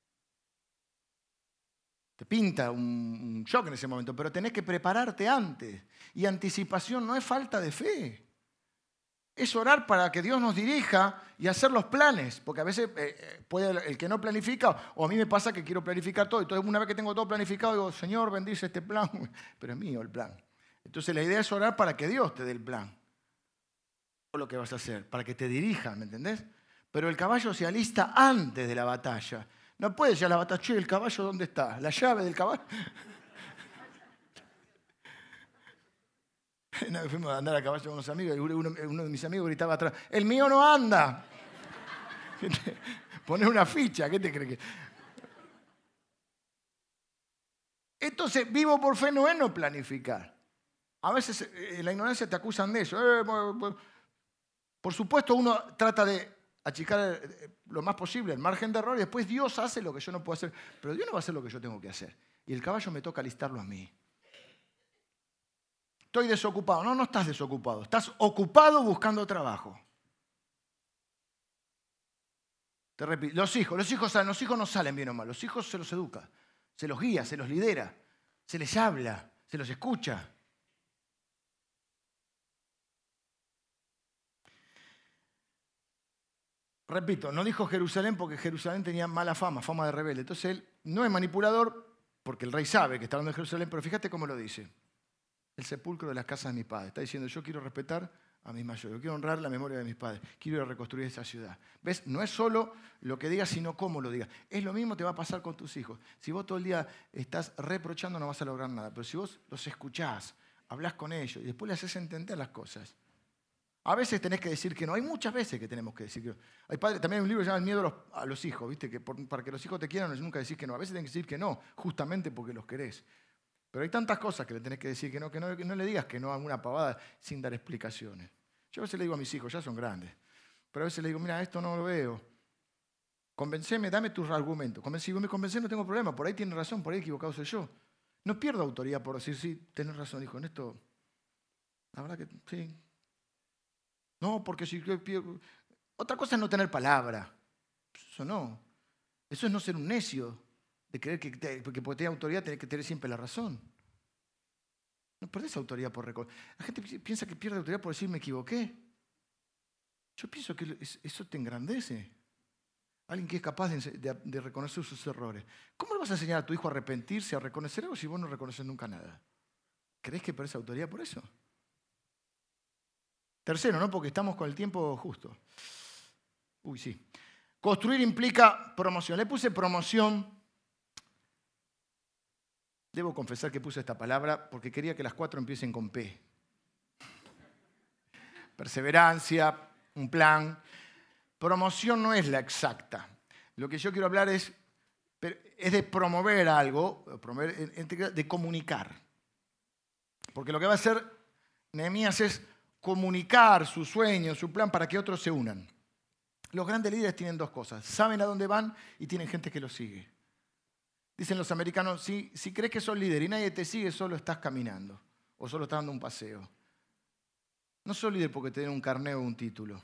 Te pinta un shock en ese momento, pero tenés que prepararte antes. Y anticipación no es falta de fe. Es orar para que Dios nos dirija y hacer los planes. Porque a veces puede el que no planifica, o a mí me pasa que quiero planificar todo. Entonces una vez que tengo todo planificado, digo, Señor, bendice este plan. Pero es mío el plan. Entonces la idea es orar para que Dios te dé el plan. O lo que vas a hacer, para que te dirija, ¿me entendés? Pero el caballo se alista antes de la batalla. No puede ser la batalla, che, ¿el caballo dónde está? ¿La llave del caballo? Una vez fuimos a andar a caballo con unos amigos y uno de mis amigos gritaba atrás, ¡el mío no anda! Poner una ficha, ¿qué te crees que...? Entonces, vivo por fe no es no planificar. A veces en la ignorancia te acusan de eso. Por supuesto, uno trata de achicar lo más posible el margen de error y después Dios hace lo que yo no puedo hacer. Pero Dios no va a hacer lo que yo tengo que hacer. Y el caballo me toca alistarlo a mí. Estoy desocupado. No estás desocupado. Estás ocupado buscando trabajo. Te repito, los hijos no salen bien o mal. Los hijos se los educa, se los guía, se los lidera, se les habla, se los escucha. Repito, no dijo Jerusalén porque Jerusalén tenía mala fama, fama de rebelde. Entonces él no es manipulador porque el rey sabe que está hablando de Jerusalén, pero fíjate cómo lo dice. El sepulcro de las casas de mis padres. Está diciendo, yo quiero respetar a mis mayores, yo quiero honrar la memoria de mis padres, quiero ir a reconstruir esa ciudad. ¿Ves? No es solo lo que digas, sino cómo lo digas. Es lo mismo te va a pasar con tus hijos. Si vos todo el día estás reprochando, no vas a lograr nada. Pero si vos los escuchás, hablás con ellos y después les haces entender las cosas. A veces tenés que decir que no. Hay muchas veces que tenemos que decir que no. Hay padres, también hay un libro que se llama El miedo a los hijos, ¿viste? Que para que los hijos te quieran nunca decís que no. A veces tenés que decir que no, justamente porque los querés. Pero hay tantas cosas que le tenés que decir que no le digas que no a alguna pavada sin dar explicaciones. Yo a veces le digo a mis hijos, ya son grandes, pero a veces le digo, mira, esto no lo veo. Convenceme, dame tus argumentos. Si vos me convencés no tengo problema, por ahí tienes razón, por ahí equivocado soy yo. No pierdo autoridad por decir, sí, tenés razón, hijo, en esto, la verdad que sí. No, porque si... Otra cosa es no tener palabra. Eso no. Eso es no ser un necio, de creer porque porque tenés autoridad tenés que tener siempre la razón. No perdés autoridad por recordar. La gente piensa que pierde autoridad por decir me equivoqué. Yo pienso que eso te engrandece. Alguien que es capaz de reconocer sus errores. ¿Cómo le vas a enseñar a tu hijo a arrepentirse, a reconocer algo si vos no reconoces nunca nada? ¿Crees que perdés autoridad por eso? Tercero, ¿no? Porque estamos con el tiempo justo. Uy, sí. Construir implica promoción. Le puse promoción. Debo confesar que puse esta palabra porque quería que las 4 empiecen con P. Perseverancia, un plan. Promoción no es la exacta. Lo que yo quiero hablar es de promover algo, de comunicar. Porque lo que va a hacer Nehemías es comunicar su sueño, su plan para que otros se unan. Los grandes líderes tienen 2 cosas. Saben a dónde van y tienen gente que los sigue. Dicen los americanos, si crees que sos líder y nadie te sigue, solo estás caminando o solo estás dando un paseo. No sos líder porque te den un carnet o un título.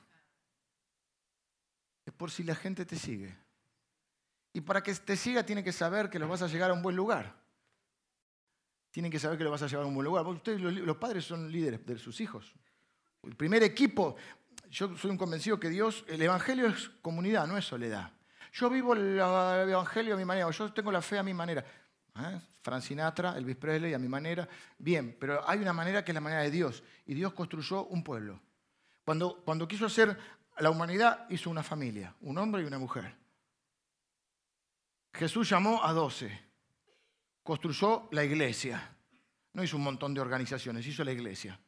Es por si la gente te sigue. Y para que te siga tiene que saber que los vas a llegar a un buen lugar. Tienen que saber que los vas a llevar a un buen lugar. Ustedes, los padres, son líderes de sus hijos. El primer equipo, yo soy un convencido que Dios, el Evangelio es comunidad, no es soledad. Yo vivo el Evangelio a mi manera, yo tengo la fe a mi manera. Frank Sinatra, Elvis Presley a mi manera. Bien, pero hay una manera que es la manera de Dios. Y Dios construyó un pueblo. Cuando quiso hacer la humanidad, hizo una familia, un hombre y una mujer. Jesús llamó a 12. Construyó la iglesia. No hizo un montón de organizaciones, hizo la iglesia.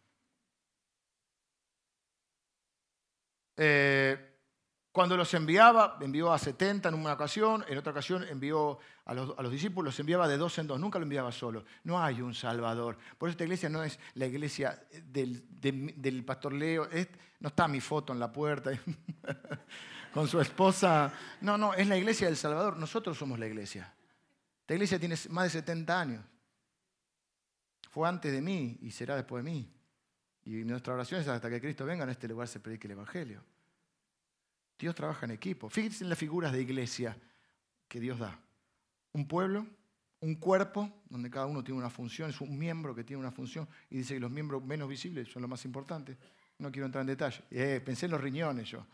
Cuando los envió a 70 en una ocasión, en otra ocasión envió a los discípulos, los enviaba de 2 en 2, nunca lo enviaba solo. No hay un Salvador. Por eso esta iglesia no es la iglesia del pastor Leo, no está mi foto en la puerta con su esposa. No, es la iglesia del Salvador, nosotros somos la iglesia. Esta iglesia tiene más de 70 años. Fue antes de mí y será después de mí. Y nuestra oración es hasta que Cristo venga, en este lugar se predique el Evangelio. Dios trabaja en equipo. Fíjense en las figuras de iglesia que Dios da. Un pueblo, un cuerpo, donde cada uno tiene una función, es un miembro que tiene una función, y dice que los miembros menos visibles son los más importantes. No quiero entrar en detalle. Pensé en los riñones yo.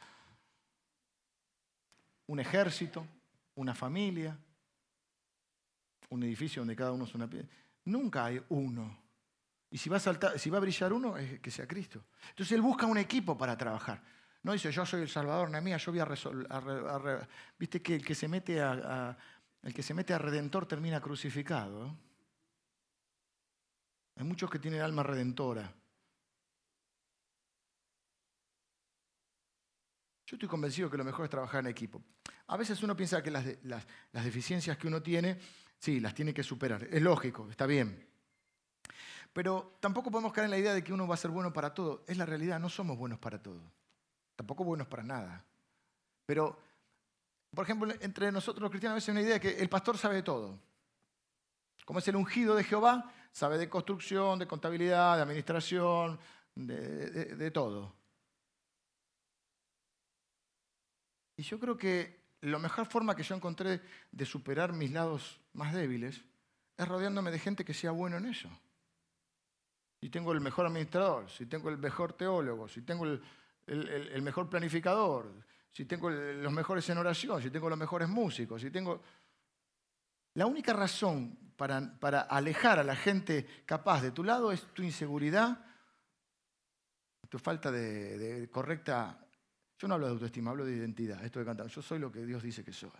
Un ejército, una familia, un edificio donde cada uno es una piedra. Nunca hay uno. Y si va a brillar uno, es que sea Cristo. Entonces Él busca un equipo para trabajar. No dice, yo soy el Salvador, Nehemías, yo voy a resolver. Viste que el que se mete a Redentor termina crucificado. Hay muchos que tienen alma redentora. Yo estoy convencido que lo mejor es trabajar en equipo. A veces uno piensa que las deficiencias que uno tiene, sí, las tiene que superar. Es lógico, está bien. Pero tampoco podemos caer en la idea de que uno va a ser bueno para todo. Es la realidad, no somos buenos para todo. Tampoco buenos para nada. Pero, por ejemplo, entre nosotros los cristianos a veces hay una idea de que el pastor sabe de todo. Como es el ungido de Jehová, sabe de construcción, de contabilidad, de administración, de todo. Y yo creo que la mejor forma que yo encontré de superar mis lados más débiles es rodeándome de gente que sea bueno en eso. Si tengo el mejor administrador, si tengo el mejor teólogo, si tengo el mejor planificador, si tengo los mejores en oración, si tengo los mejores músicos, si tengo... La única razón para alejar a la gente capaz de tu lado es tu inseguridad, tu falta de correcta... Yo no hablo de autoestima, hablo de identidad. Esto de cantar, yo soy lo que Dios dice que soy.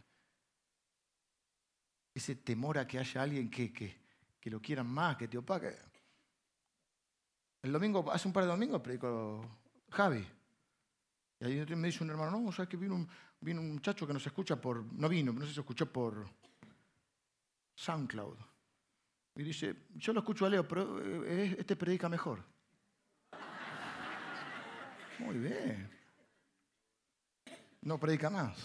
Ese temor a que haya alguien que lo quieran más, que te opaque. El domingo, hace un par de domingos predicó Javi. Y ahí me dice un hermano, no, ¿sabes que vino un muchacho que nos escucha por... No vino, no sé si se escuchó por SoundCloud. Y dice, yo lo escucho a Leo, pero este predica mejor. Muy bien. No predica más.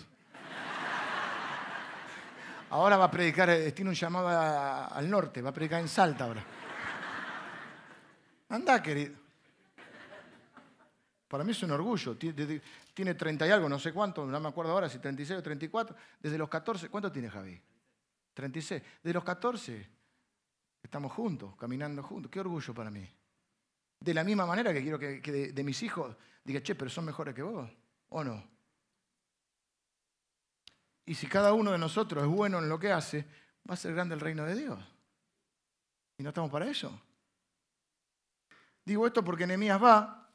Ahora va a predicar, tiene un llamado al norte, va a predicar en Salta ahora. Andá, querido. Para mí es un orgullo. Tiene 30 y algo, no sé cuánto, no me acuerdo ahora si 36 o 34. Desde los 14, ¿cuánto tiene Javi? 36. Desde los 14 estamos juntos, caminando juntos. Qué orgullo para mí. De la misma manera que quiero que de mis hijos diga, che, pero son mejores que vos, ¿o no? Y si cada uno de nosotros es bueno en lo que hace, va a ser grande el reino de Dios. ¿Y no estamos para eso? Digo esto porque Nehemías va.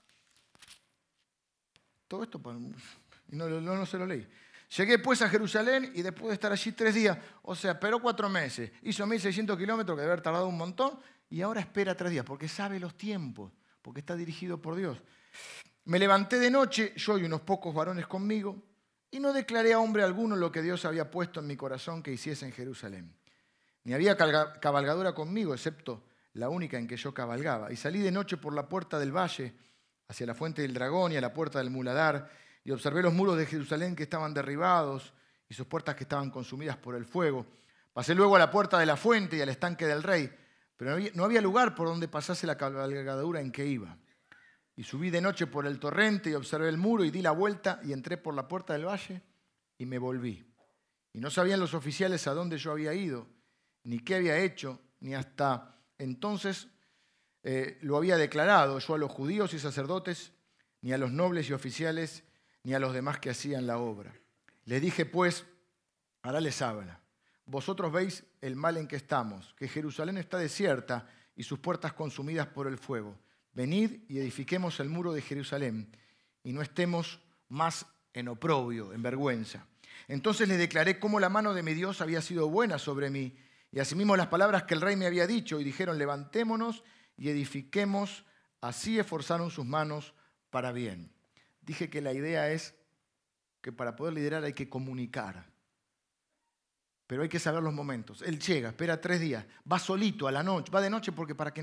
Todo esto, y no se lo leí. Llegué pues a Jerusalén y después de estar allí 3 días, o sea, esperó 4 meses, hizo 1.600 kilómetros, que debe haber tardado un montón, y ahora espera 3 días, porque sabe los tiempos, porque está dirigido por Dios. Me levanté de noche, yo y unos pocos varones conmigo, y no declaré a hombre alguno lo que Dios había puesto en mi corazón que hiciese en Jerusalén. Ni había cabalgadura conmigo, excepto la única en que yo cabalgaba. Y salí de noche por la puerta del valle, hacia la fuente del dragón y a la puerta del muladar, y observé los muros de Jerusalén que estaban derribados y sus puertas que estaban consumidas por el fuego. Pasé luego a la puerta de la fuente y al estanque del rey, pero no había lugar por donde pasase la cabalgadura en que iba. Y subí de noche por el torrente y observé el muro y di la vuelta y entré por la puerta del valle y me volví. Y no sabían los oficiales a dónde yo había ido, ni qué había hecho, ni hasta entonces lo había declarado yo a los judíos y sacerdotes, ni a los nobles y oficiales, ni a los demás que hacían la obra. Les dije pues, ahora les habla. Vosotros veis el mal en que estamos, que Jerusalén está desierta y sus puertas consumidas por el fuego. Venid y edifiquemos el muro de Jerusalén y no estemos más en oprobio, en vergüenza. Entonces les declaré cómo la mano de mi Dios había sido buena sobre mí y asimismo las palabras que el rey me había dicho y dijeron, levantémonos y edifiquemos. Así esforzaron sus manos para bien. Dije que la idea es que para poder liderar hay que comunicar. Pero hay que saber los momentos. Él llega, espera 3 días, va solito a la noche, va de noche porque para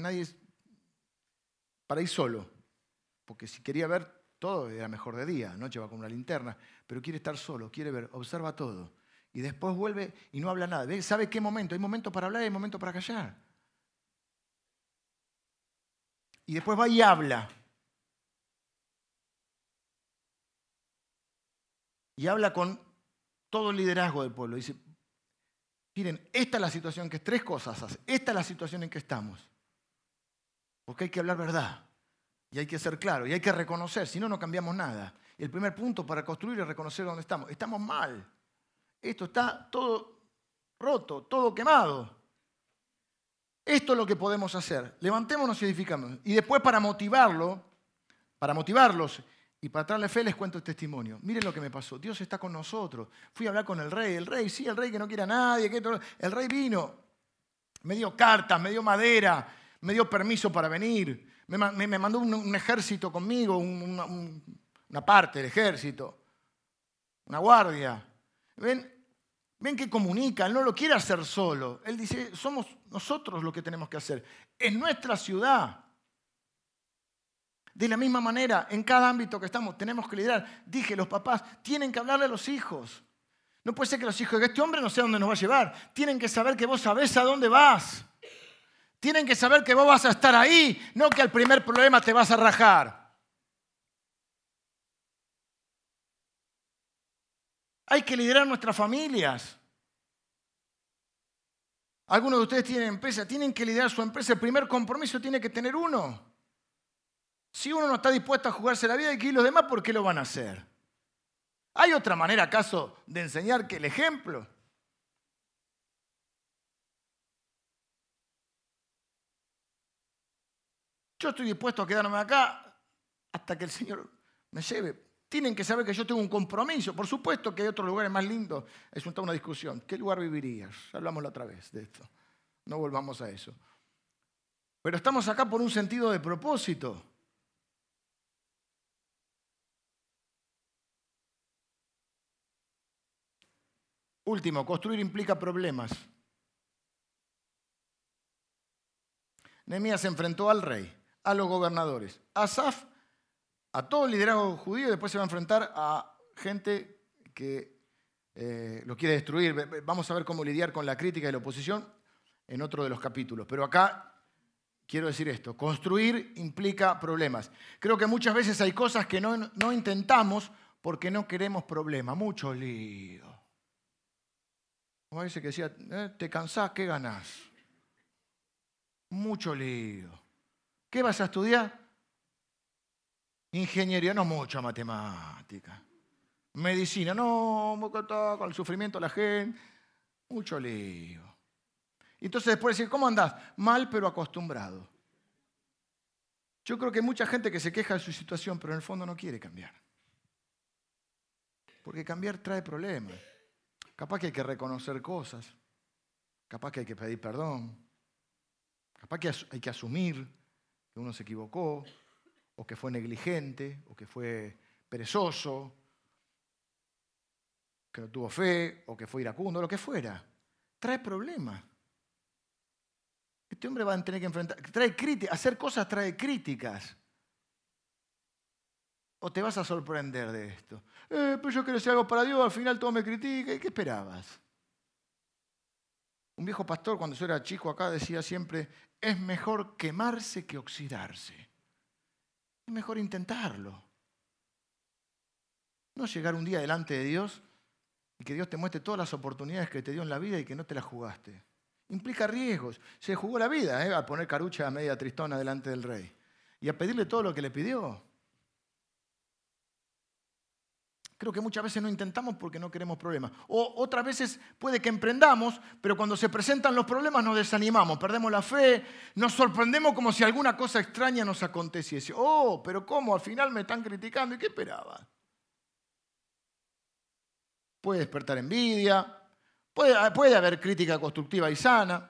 ir solo. Porque si quería ver todo era mejor de día, anoche va con una linterna, pero quiere estar solo, quiere ver, observa todo. Y después vuelve y no habla nada. ¿Sabe qué momento? Hay momento para hablar y hay momento para callar. Y después va y habla. Y habla con todo el liderazgo del pueblo. Dice, miren, esta es la situación que es 3 cosas hace. Esta es la situación en que estamos. Porque hay que hablar verdad. Y hay que ser claro. Y hay que reconocer. Si no, no cambiamos nada. Y el primer punto para construir es reconocer dónde estamos. Estamos mal. Esto está todo roto, todo quemado. Esto es lo que podemos hacer. Levantémonos y edificamos. Y después para motivarlos y para traerle fe les cuento el testimonio. Miren lo que me pasó. Dios está con nosotros. Fui a hablar con el rey. El rey que no quiere a nadie. El rey vino. Me dio cartas, me dio madera, me dio permiso para venir. Me mandó un ejército conmigo, una parte del ejército, una guardia. Ven que comunica, Él no lo quiere hacer solo. Él dice, somos nosotros los que tenemos que hacer. Es nuestra ciudad. De la misma manera, en cada ámbito que estamos, tenemos que liderar. Dije, los papás tienen que hablarle a los hijos. No puede ser que los hijos de este hombre no sé a dónde nos va a llevar. Tienen que saber que vos sabés a dónde vas. Tienen que saber que vos vas a estar ahí, no que al primer problema te vas a rajar. Hay que liderar nuestras familias. Algunos de ustedes tienen empresa, tienen que liderar su empresa. El primer compromiso tiene que tener uno. Si uno no está dispuesto a jugarse la vida, ¿y los demás por qué lo van a hacer? ¿Hay otra manera acaso de enseñar que el ejemplo? Yo estoy dispuesto a quedarme acá hasta que el Señor me lleve. Tienen que saber que yo tengo un compromiso. Por supuesto que hay otros lugares más lindos. Es una discusión. ¿Qué lugar vivirías? Hablamos la otra vez de esto. No volvamos a eso. Pero estamos acá por un sentido de propósito. Último, construir implica problemas. Nehemías se enfrentó al rey, a los gobernadores, a Asaf, a todo el liderazgo judío, y después se va a enfrentar a gente que lo quiere destruir. Vamos a ver cómo lidiar con la crítica y la oposición en otro de los capítulos. Pero acá quiero decir esto, construir implica problemas. Creo que muchas veces hay cosas que no intentamos porque no queremos problemas. Mucho lío. Como dice que decía, te cansás, ¿qué ganás? Mucho lío. ¿Qué vas a estudiar? Ingeniería, no mucha matemática. Medicina, no, con el sufrimiento de la gente. Mucho lío. Entonces después decir, ¿cómo andás? Mal, pero acostumbrado. Yo creo que hay mucha gente que se queja de su situación, pero en el fondo no quiere cambiar. Porque cambiar trae problemas. Capaz que hay que reconocer cosas. Capaz que hay que pedir perdón. Capaz que hay que asumir que uno se equivocó, o que fue negligente, o que fue perezoso, que no tuvo fe, o que fue iracundo, lo que fuera. Trae problemas. Este hombre va a tener que enfrentar, hacer cosas trae críticas. ¿O te vas a sorprender de esto? Pero yo quiero hacer algo para Dios, al final todo me critica. ¿Y qué esperabas? Un viejo pastor, cuando yo era chico acá, decía siempre, es mejor quemarse que oxidarse. Es mejor intentarlo. No llegar un día delante de Dios y que Dios te muestre todas las oportunidades que te dio en la vida y que no te las jugaste. Implica riesgos. Se jugó la vida a poner carucha a media tristona delante del rey y a pedirle todo lo que le pidió. Creo que muchas veces no intentamos porque no queremos problemas. O otras veces puede que emprendamos, pero cuando se presentan los problemas nos desanimamos, perdemos la fe, nos sorprendemos como si alguna cosa extraña nos aconteciese. Oh, pero ¿cómo? Al final me están criticando. ¿Y qué esperaba? Puede despertar envidia, puede haber crítica constructiva y sana.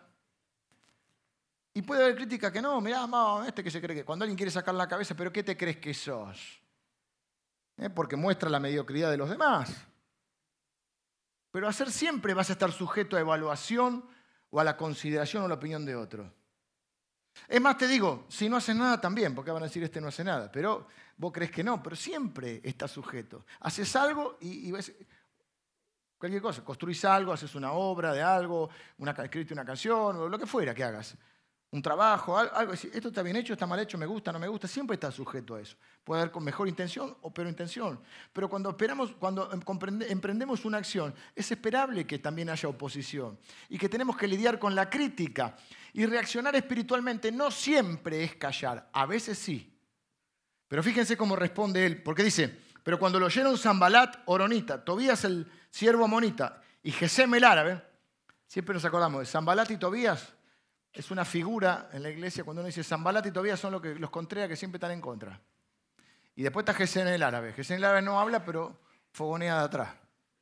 Y puede haber crítica que no, mirá, que se cree que... Cuando alguien quiere sacar la cabeza, ¿pero qué te crees que sos? Porque muestra la mediocridad de los demás. Pero hacer siempre vas a estar sujeto a evaluación o a la consideración o la opinión de otro. Es más, te digo, si no haces nada también, porque van a decir este no hace nada, pero vos crees que no, pero siempre estás sujeto. Haces algo y ves cualquier cosa, construís algo, haces una obra de algo, escribiste una canción o lo que fuera que hagas. Un trabajo, algo, esto está bien hecho, está mal hecho, me gusta, no me gusta, siempre está sujeto a eso. Puede haber con mejor intención o peor intención. Pero cuando emprendemos una acción, es esperable que también haya oposición y que tenemos que lidiar con la crítica. Y reaccionar espiritualmente no siempre es callar, a veces sí. Pero fíjense cómo responde él, porque dice, pero cuando lo oyeron Sanbalat, Horonita, Tobías el siervo amonita y Gesem el árabe, siempre nos acordamos de Sanbalat y Tobías. Es una figura en la iglesia cuando uno dice Sanbalat y Tobías son los Contreras que siempre están en contra. Y después está Gesem el árabe. Gesem el árabe no habla, pero fogonea de atrás.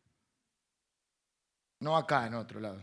No acá, en otro lado.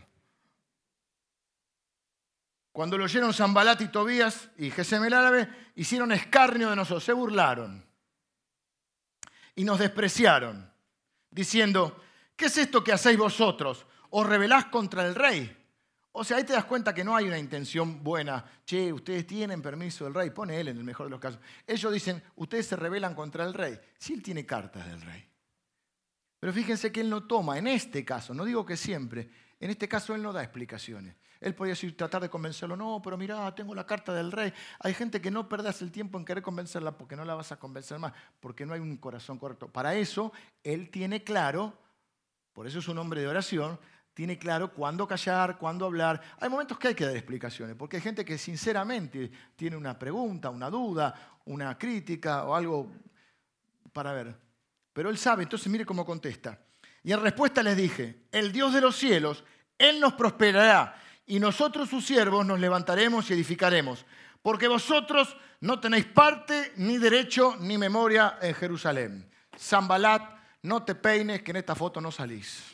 Cuando lo oyeron Sanbalat y Tobías y Gesem el árabe, hicieron escarnio de nosotros, se burlaron. Y nos despreciaron, diciendo, ¿qué es esto que hacéis vosotros? ¿Os rebelás contra el rey? O sea, ahí te das cuenta que no hay una intención buena. Che, ustedes tienen permiso del rey. Pone él en el mejor de los casos. Ellos dicen, ustedes se rebelan contra el rey. Si él tiene cartas del rey. Pero fíjense que él no toma, en este caso, no digo que siempre, en este caso él no da explicaciones. Él podría decir, tratar de convencerlo. No, pero mirá, tengo la carta del rey. Hay gente que no perdas el tiempo en querer convencerla porque no la vas a convencer más, porque no hay un corazón correcto. Para eso, él tiene claro, por eso es un hombre de oración, tiene claro cuándo callar, cuándo hablar. Hay momentos que hay que dar explicaciones, porque hay gente que sinceramente tiene una pregunta, una duda, una crítica o algo para ver. Pero él sabe, entonces mire cómo contesta. Y en respuesta les dije, el Dios de los cielos, Él nos prosperará y nosotros sus siervos nos levantaremos y edificaremos, porque vosotros no tenéis parte, ni derecho, ni memoria en Jerusalén. Sanbalat, no te peines que en esta foto no salís.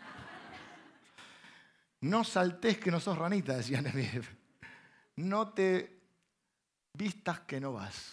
No saltés que no sos ranita, decía Neviv. No te vistas que no vas.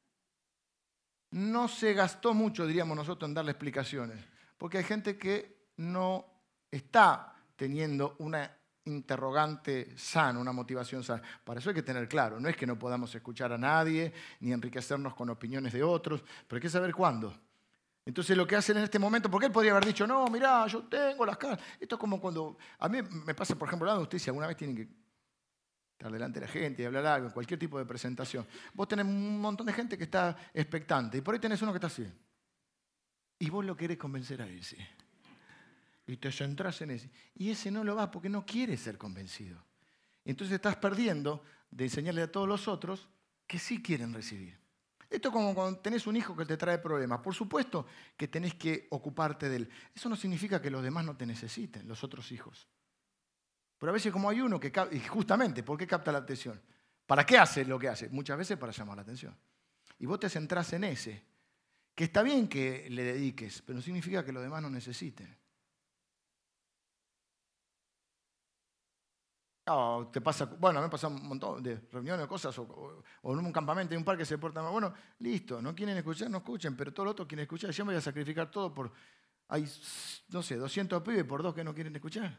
No se gastó mucho, diríamos nosotros, en darle explicaciones, porque hay gente que no está teniendo una interrogante sana, una motivación sana. Para eso hay que tener claro, no es que no podamos escuchar a nadie, ni enriquecernos con opiniones de otros, pero hay que saber cuándo. Entonces lo que hacen en este momento, porque él podría haber dicho, no, mirá, yo tengo las caras. Esto es como cuando, a mí me pasa, por ejemplo, hablando de usted, si alguna vez tienen que estar delante de la gente y hablar algo, en cualquier tipo de presentación, vos tenés un montón de gente que está expectante y por ahí tenés uno que está así. Y vos lo querés convencer a ese. Y te centrás en ese. Y ese no lo va porque no quiere ser convencido. Entonces estás perdiendo de enseñarle a todos los otros que sí quieren recibir. Esto es como cuando tenés un hijo que te trae problemas. Por supuesto que tenés que ocuparte de él. Eso no significa que los demás no te necesiten, los otros hijos. Pero a veces como hay uno que, y justamente, ¿por qué capta la atención? ¿Para qué hace lo que hace? Muchas veces para llamar la atención. Y vos te centrás en ese. Que está bien que le dediques, pero no significa que los demás no necesiten. No, te pasa, bueno, me pasa un montón de reuniones o cosas, o en un campamento, en un parque se porta mal. Bueno, listo, no quieren escuchar, no escuchen, pero todos los otros quieren escuchar. Yo me voy a sacrificar todo por, hay, no sé, 200 pibes por 2 que no quieren escuchar.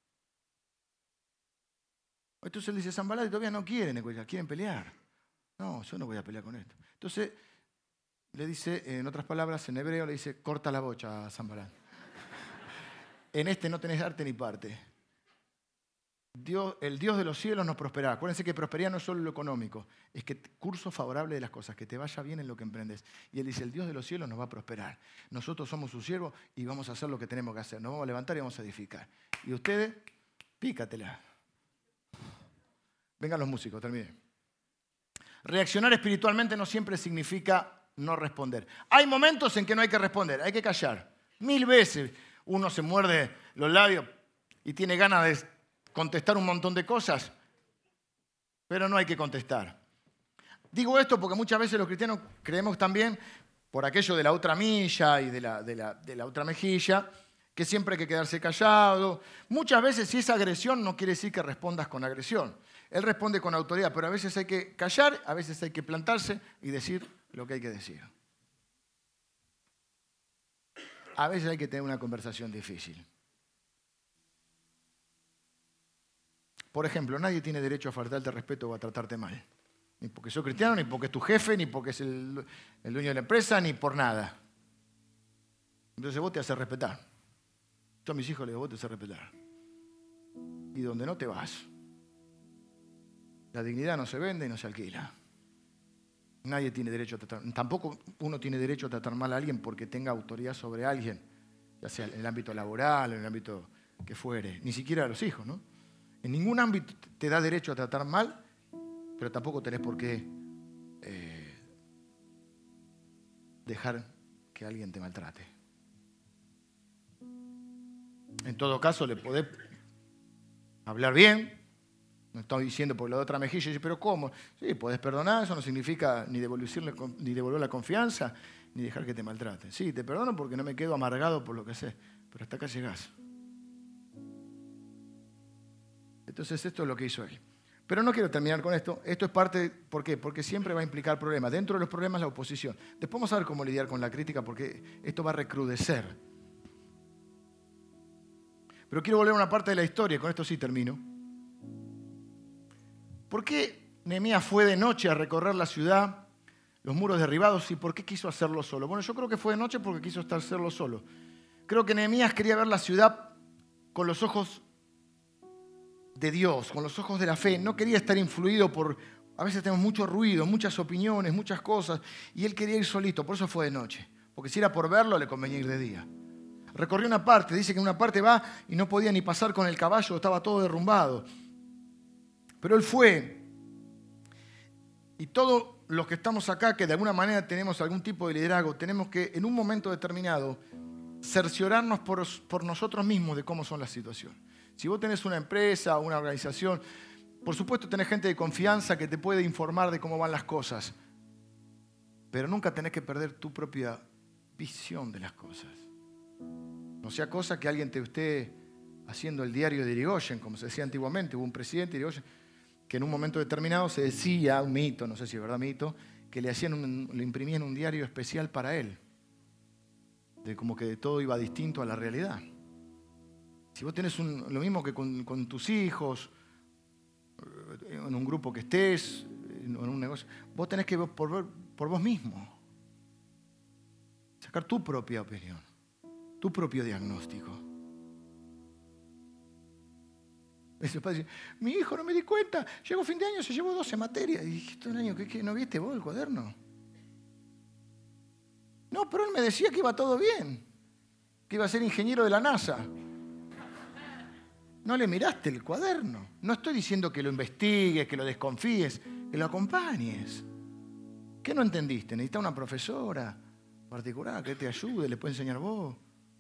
Entonces él dice, Sanbalat y todavía no quieren escuchar, quieren pelear. No, yo no voy a pelear con esto. Entonces le dice, en otras palabras, en hebreo le dice, corta la bocha a Sanbalat. En este no tenés arte ni parte. el Dios de los cielos nos prosperará. Acuérdense que prosperidad no es solo lo económico, es que curso favorable de las cosas, que te vaya bien en lo que emprendes. Y Él dice, el Dios de los cielos nos va a prosperar. Nosotros somos sus siervos y vamos a hacer lo que tenemos que hacer. Nos vamos a levantar y vamos a edificar. Y ustedes, pícatela. Vengan los músicos, termine. Reaccionar espiritualmente no siempre significa no responder. Hay momentos en que no hay que responder, hay que callar. 1000 veces uno se muerde los labios y tiene ganas de contestar un montón de cosas, pero no hay que contestar. Digo esto porque muchas veces los cristianos creemos también, por aquello de la otra milla y de la otra mejilla, que siempre hay que quedarse callado. Muchas veces si es agresión no quiere decir que respondas con agresión. Él responde con autoridad, pero a veces hay que callar, a veces hay que plantarse y decir lo que hay que decir. A veces hay que tener una conversación difícil. Por ejemplo, nadie tiene derecho a faltarte respeto o a tratarte mal. Ni porque sos cristiano, ni porque es tu jefe, ni porque es el dueño de la empresa, ni por nada. Entonces vos te haces respetar. Yo a mis hijos les digo, vos te haces respetar. Y donde no te vas. La dignidad no se vende y no se alquila. Nadie tiene derecho a tratar, tampoco uno tiene derecho a tratar mal a alguien porque tenga autoridad sobre alguien, ya sea en el ámbito laboral, en el ámbito que fuere, ni siquiera a los hijos, ¿no? En ningún ámbito te da derecho a tratar mal, pero tampoco tenés por qué dejar que alguien te maltrate. En todo caso, le podés hablar bien. No estoy diciendo por la otra mejilla, pero ¿cómo? Sí, podés perdonar, eso no significa ni devolver la confianza, ni dejar que te maltraten. Sí, te perdono porque no me quedo amargado por lo que sé, pero hasta acá llegás. Entonces esto es lo que hizo él. Pero no quiero terminar con esto. Esto es parte, ¿por qué? Porque siempre va a implicar problemas. Dentro de los problemas la oposición. Después vamos a ver cómo lidiar con la crítica porque esto va a recrudecer. Pero quiero volver a una parte de la historia, con esto sí termino. ¿Por qué Nehemías fue de noche a recorrer la ciudad, los muros derribados, y por qué quiso hacerlo solo? Bueno, yo creo que fue de noche porque quiso hacerlo solo. Creo que Nehemías quería ver la ciudad con los ojos de Dios, con los ojos de la fe. No quería estar influido por... A veces tenemos mucho ruido, muchas opiniones, muchas cosas, y él quería ir solito, por eso fue de noche. Porque si era por verlo, le convenía ir de día. Recorrió una parte, dice que en una parte va y no podía ni pasar con el caballo, estaba todo derrumbado. Pero él fue, y todos los que estamos acá, que de alguna manera tenemos algún tipo de liderazgo, tenemos que en un momento determinado cerciorarnos por nosotros mismos de cómo son las situaciones. Si vos tenés una empresa o una organización, por supuesto tenés gente de confianza que te puede informar de cómo van las cosas, pero nunca tenés que perder tu propia visión de las cosas. No sea cosa que alguien te esté haciendo el diario de Irigoyen, como se decía antiguamente, hubo un presidente de Irigoyen, que en un momento determinado se decía, un mito, no sé si es verdad mito, que le imprimían un diario especial para él. De como que todo iba distinto a la realidad. Si vos tenés lo mismo que con tus hijos, en un grupo que estés, en un negocio, vos tenés que por vos mismo. Sacar tu propia opinión, tu propio diagnóstico. Ese padre dice, mi hijo, no me di cuenta, llegó fin de año, se llevó 12 materias. Y dije, ¿todo el año qué no viste vos el cuaderno? No, pero él me decía que iba todo bien, que iba a ser ingeniero de la NASA. No le miraste el cuaderno. No estoy diciendo que lo investigues, que lo desconfíes, que lo acompañes. ¿Qué no entendiste? Necesitas una profesora particular que te ayude, le puede enseñar vos.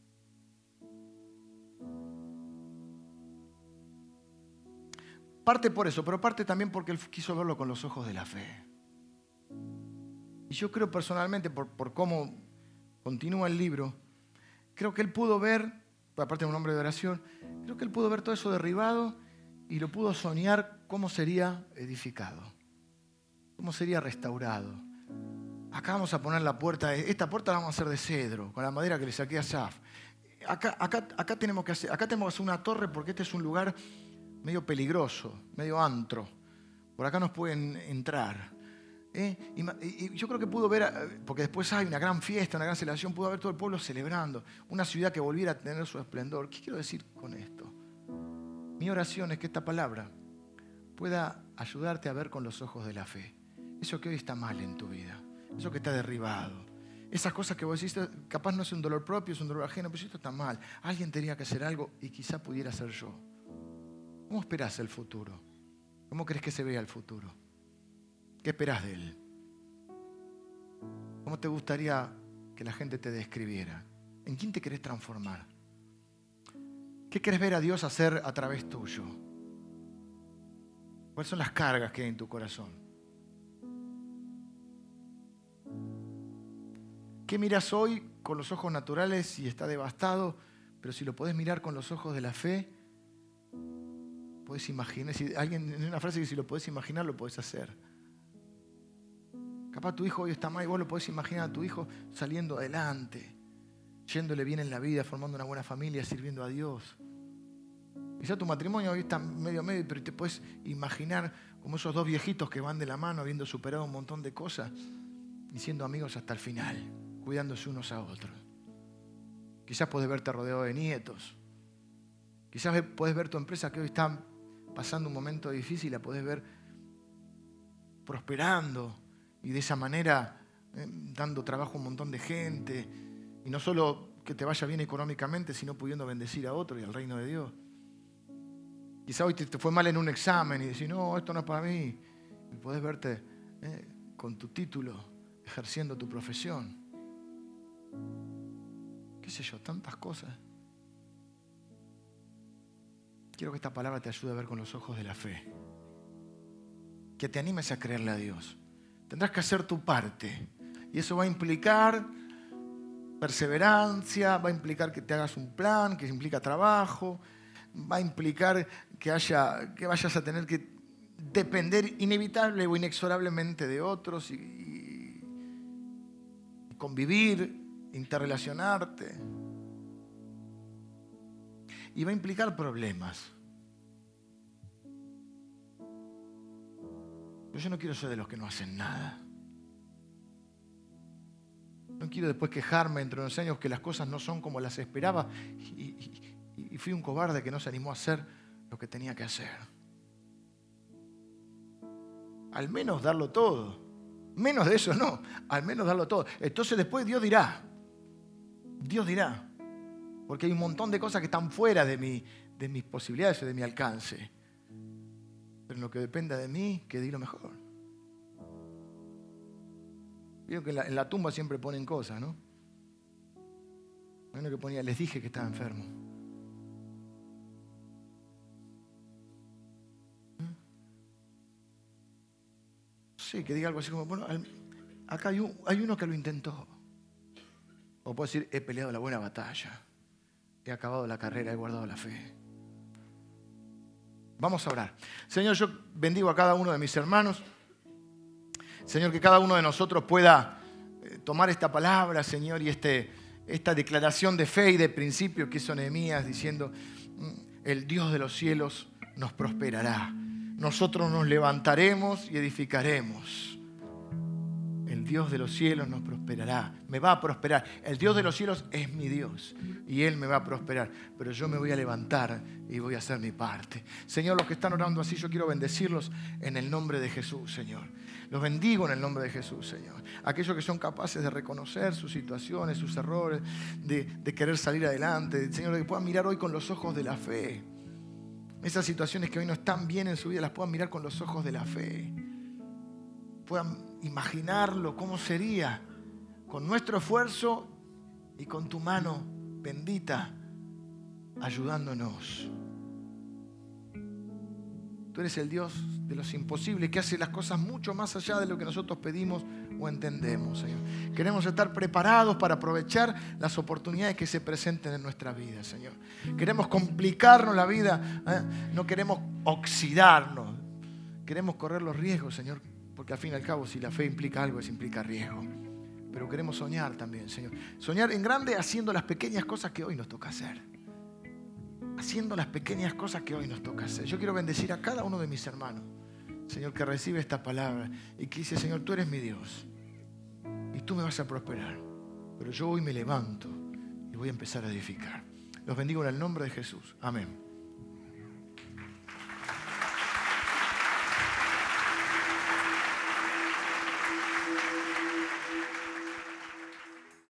Parte por eso, pero parte también porque él quiso verlo con los ojos de la fe. Y yo creo personalmente, por cómo continúa el libro, creo que él pudo ver, aparte de un hombre de oración, creo que él pudo ver todo eso derribado y lo pudo soñar cómo sería edificado, cómo sería restaurado. Acá vamos a poner la puerta, esta puerta la vamos a hacer de cedro, con la madera que le saqué a Saf. Acá tenemos que hacer una torre porque este es un lugar medio peligroso, medio antro. Por acá nos pueden entrar. Y yo creo que pudo ver, porque después hay una gran fiesta, una gran celebración, pudo haber todo el pueblo celebrando, una ciudad que volviera a tener su esplendor. ¿Qué quiero decir con esto? Mi oración es que esta palabra pueda ayudarte a ver con los ojos de la fe. Eso que hoy está mal en tu vida, eso que está derribado, esas cosas que vos decís, capaz no es un dolor propio, es un dolor ajeno, pero esto está mal. Alguien tenía que hacer algo y quizá pudiera ser yo. ¿Cómo esperás el futuro? ¿Cómo crees que se vea el futuro? ¿Qué esperás de él? ¿Cómo te gustaría que la gente te describiera? ¿En quién te querés transformar? ¿Qué querés ver a Dios hacer a través tuyo? ¿Cuáles son las cargas que hay en tu corazón? ¿Qué miras hoy con los ojos naturales y está devastado? Pero si lo podés mirar con los ojos de la fe, podés imaginar. Si alguien en una frase que si lo podés imaginar, lo podés hacer. Capaz tu hijo hoy está mal y vos lo podés imaginar a tu hijo saliendo adelante, yéndole bien en la vida, formando una buena familia, sirviendo a Dios. Quizá tu matrimonio hoy está medio, pero te podés imaginar como esos dos viejitos que van de la mano habiendo superado un montón de cosas y siendo amigos hasta el final, cuidándose unos a otros. Quizás podés verte rodeado de nietos. Quizás podés ver tu empresa que hoy está pasando un momento difícil, la podés ver prosperando y de esa manera dando trabajo a un montón de gente. Y no solo que te vaya bien económicamente, sino pudiendo bendecir a otro y al reino de Dios. Quizá hoy te fue mal en un examen y decís, no, esto no es para mí. Y podés verte con tu título, ejerciendo tu profesión. Qué sé yo, tantas cosas. Quiero que esta palabra te ayude a ver con los ojos de la fe. Que te animes a creerle a Dios. Tendrás que hacer tu parte. Y eso va a implicar perseverancia, va a implicar que te hagas un plan, que implica trabajo, va a implicar que vayas a tener que depender inevitable o inexorablemente de otros y convivir, interrelacionarte. Y va a implicar problemas. Pero yo no quiero ser de los que no hacen nada. No quiero después quejarme dentro de unos años que las cosas no son como las esperaba y fui un cobarde que no se animó a hacer lo que tenía que hacer. Al menos darlo todo. Menos de eso no, al menos darlo todo. Entonces después Dios dirá. Dios dirá. Porque hay un montón de cosas que están fuera de mis posibilidades o de mi alcance. Pero en lo que dependa de mí, que di lo mejor. Vieron que en la tumba siempre ponen cosas, ¿no? Hay uno que ponía, les dije que estaba enfermo. Sí, que diga algo así como, bueno, acá hay uno que lo intentó. O puedo decir, he peleado la buena batalla. He acabado la carrera, he guardado la fe. Vamos a orar. Señor, yo bendigo a cada uno de mis hermanos. Señor, que cada uno de nosotros pueda tomar esta palabra, Señor, y esta declaración de fe y de principio que hizo Nehemías diciendo, el Dios de los cielos nos prosperará. Nosotros nos levantaremos y edificaremos. El Dios de los cielos nos prosperará, me va a prosperar. El Dios de los cielos es mi Dios y Él me va a prosperar. Pero yo me voy a levantar y voy a hacer mi parte. Señor, los que están orando así, yo quiero bendecirlos en el nombre de Jesús, Señor. Los bendigo en el nombre de Jesús, Señor. Aquellos que son capaces de reconocer sus situaciones, sus errores, de querer salir adelante. Señor, que puedan mirar hoy con los ojos de la fe. Esas situaciones que hoy no están bien en su vida, las puedan mirar con los ojos de la fe. Puedan imaginarlo, cómo sería, con nuestro esfuerzo y con tu mano bendita, ayudándonos. Tú eres el Dios de los imposibles, que hace las cosas mucho más allá de lo que nosotros pedimos o entendemos, Señor. Queremos estar preparados para aprovechar las oportunidades que se presenten en nuestra vida, Señor. Queremos complicarnos la vida, no queremos oxidarnos. Queremos correr los riesgos, Señor, porque al fin y al cabo, si la fe implica algo, eso implica riesgo. Pero queremos soñar también, Señor. Soñar en grande haciendo las pequeñas cosas que hoy nos toca hacer. Haciendo las pequeñas cosas que hoy nos toca hacer. Yo quiero bendecir a cada uno de mis hermanos, Señor, que recibe esta palabra y que dice, Señor, tú eres mi Dios y tú me vas a prosperar. Pero yo hoy me levanto y voy a empezar a edificar. Los bendigo en el nombre de Jesús. Amén.